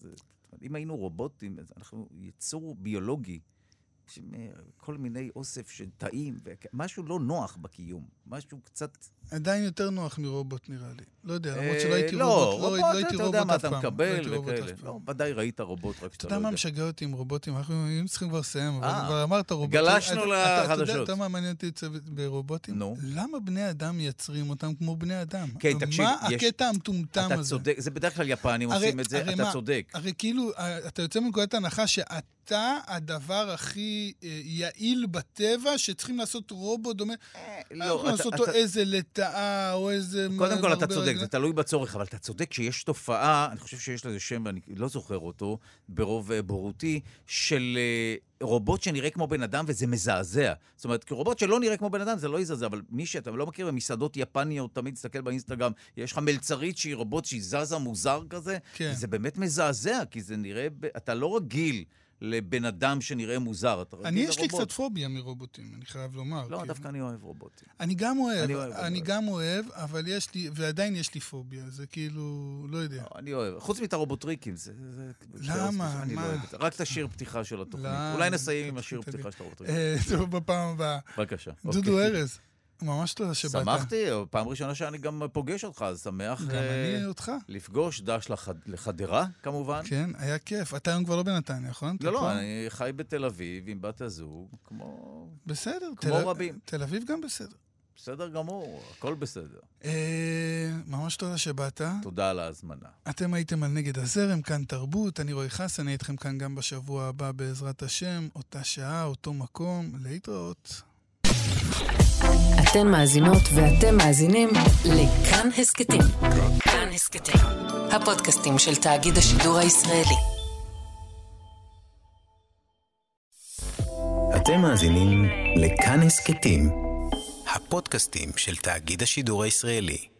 Speaker 5: אם היינו רובוטים, אז אנחנו יצור ביולוגי, כל מיני אוסף של תאים, משהו לא נוח בקיום, משהו קצת...
Speaker 4: עדיין יותר נוח מרובוט נראה לי. לא יודע, למרות שלא הייתי
Speaker 5: לא,
Speaker 4: רובוט,
Speaker 5: רובוט,
Speaker 4: לא הייתי
Speaker 5: אתה
Speaker 4: רובוט
Speaker 5: יודע מה
Speaker 4: אף
Speaker 5: אתה
Speaker 4: פעם.
Speaker 5: מקבל וכאלה. לא, ודאי ראית רובוט, רק שאתה
Speaker 4: אתה יודע
Speaker 5: לא יודע.
Speaker 4: מה משגע אותי עם רובוטים? אנחנו היינו צריכים כבר לסיים, אבל
Speaker 5: אה,
Speaker 4: כבר אמרת רובוטים.
Speaker 5: גלשנו
Speaker 4: אתה- אתה יודע-
Speaker 5: לחדשות.
Speaker 4: אתה יודע מה מעניין אותי ברובוטים?
Speaker 5: נו.
Speaker 4: למה בני אדם מייצרים אותם כמו בני אדם?
Speaker 5: כן, תקשיב,
Speaker 4: מה
Speaker 5: יש-
Speaker 4: הקטע המטומטם
Speaker 5: אתה
Speaker 4: הזה?
Speaker 5: צודק, זה בדרך כלל יפנים
Speaker 4: הרי-
Speaker 5: עושים את זה,
Speaker 4: הרי
Speaker 5: אתה
Speaker 4: מה?
Speaker 5: צודק.
Speaker 4: הרי כאילו, אתה יוצא מנקודת הנחה שאתה הדבר הכי אה, יעיל בטבע, שצריכים לעשות רובוט דומה.
Speaker 5: לא,
Speaker 4: אנחנו
Speaker 5: אתה-
Speaker 4: לעשות אותו
Speaker 5: אתה-
Speaker 4: איזה לטאה או איזה...
Speaker 5: קודם כל, אתה
Speaker 4: מרבר-
Speaker 5: צודק, זה תלוי בצורך, אבל אתה צודק שיש תופעה, אני חושב שיש לזה שם, ואני לא זוכר אותו, ברוב אה, בורותי, של אה, רובוט שנראה כמו בן אדם, וזה מזעזע. זאת אומרת, כי רובוט שלא נראה כמו בן אדם, זה לא יזעזע, אבל מי שאתה לא מכיר במסעדות יפניות, תמיד תסתכל באינסטגרם, יש לך מלצרית שהיא רובוט שהיא זזה מוזר כזה,
Speaker 4: כן.
Speaker 5: זה באמת מזעזע, כי זה נראה, ב- אתה לא רגיל לבן אדם שנראה מוזר, אתה רגיל
Speaker 4: אני, יש לי
Speaker 5: לרובוט.
Speaker 4: קצת פוביה מרובוטים, אני חייב לומר.
Speaker 5: לא,
Speaker 4: כאילו.
Speaker 5: דווקא אני אוהב רובוטים.
Speaker 4: אני גם אוהב,
Speaker 5: אני אוהב,
Speaker 4: אני
Speaker 5: אני
Speaker 4: גם אוהב, אבל יש לי, ועדיין יש לי פוביה, זה כאילו, לא יודע.
Speaker 5: לא, אני אוהב. חוץ מאת הרובוטריקים, זה... זה-
Speaker 4: למה?
Speaker 5: זה- אני
Speaker 4: מה?
Speaker 5: לא אוהב את זה. רק את השיר פתיחה של התוכנית.
Speaker 4: לא,
Speaker 5: אולי נסיים עם
Speaker 4: תתחיל,
Speaker 5: השיר
Speaker 4: תגיד.
Speaker 5: פתיחה של הרובוטריקים.
Speaker 4: אה, טוב, בפעם הבאה.
Speaker 5: בבקשה.
Speaker 4: דודו
Speaker 5: אוקיי.
Speaker 4: ארז, ממש תודה שבאת.
Speaker 5: שמחתי, פעם ראשונה שאני גם פוגש אותך, אז שמח
Speaker 4: גם
Speaker 5: אה,
Speaker 4: אני אותך.
Speaker 5: לפגוש, דש לחד- לחדרה, כמובן.
Speaker 4: כן, היה כיף. אתה היום כבר לא בנתניה, נכון? אתה
Speaker 5: לא, לא,
Speaker 4: פה?
Speaker 5: אני חי בתל אביב עם בת הזוג, כמו...
Speaker 4: בסדר.
Speaker 5: כמו
Speaker 4: תל-
Speaker 5: רבים.
Speaker 4: תל אביב גם בסדר.
Speaker 5: בסדר גמור, הכל בסדר.
Speaker 4: אה, ממש תודה שבאת.
Speaker 5: תודה על ההזמנה.
Speaker 4: אתם הייתם על נגד הזרם, כאן תרבות, אני רועי חסן, אני איתכם כאן גם בשבוע הבא בעזרת השם, אותה שעה, אותו מקום, להתראות.
Speaker 2: אתן מאזינות ואתם מאזינים לכאן הסקטים. כאן הסקטים, הפודקאסטים של תאגיד השידור הישראלי.
Speaker 1: אתם מאזינים לכאן הסכתים, הפודקאסטים של תאגיד השידור הישראלי.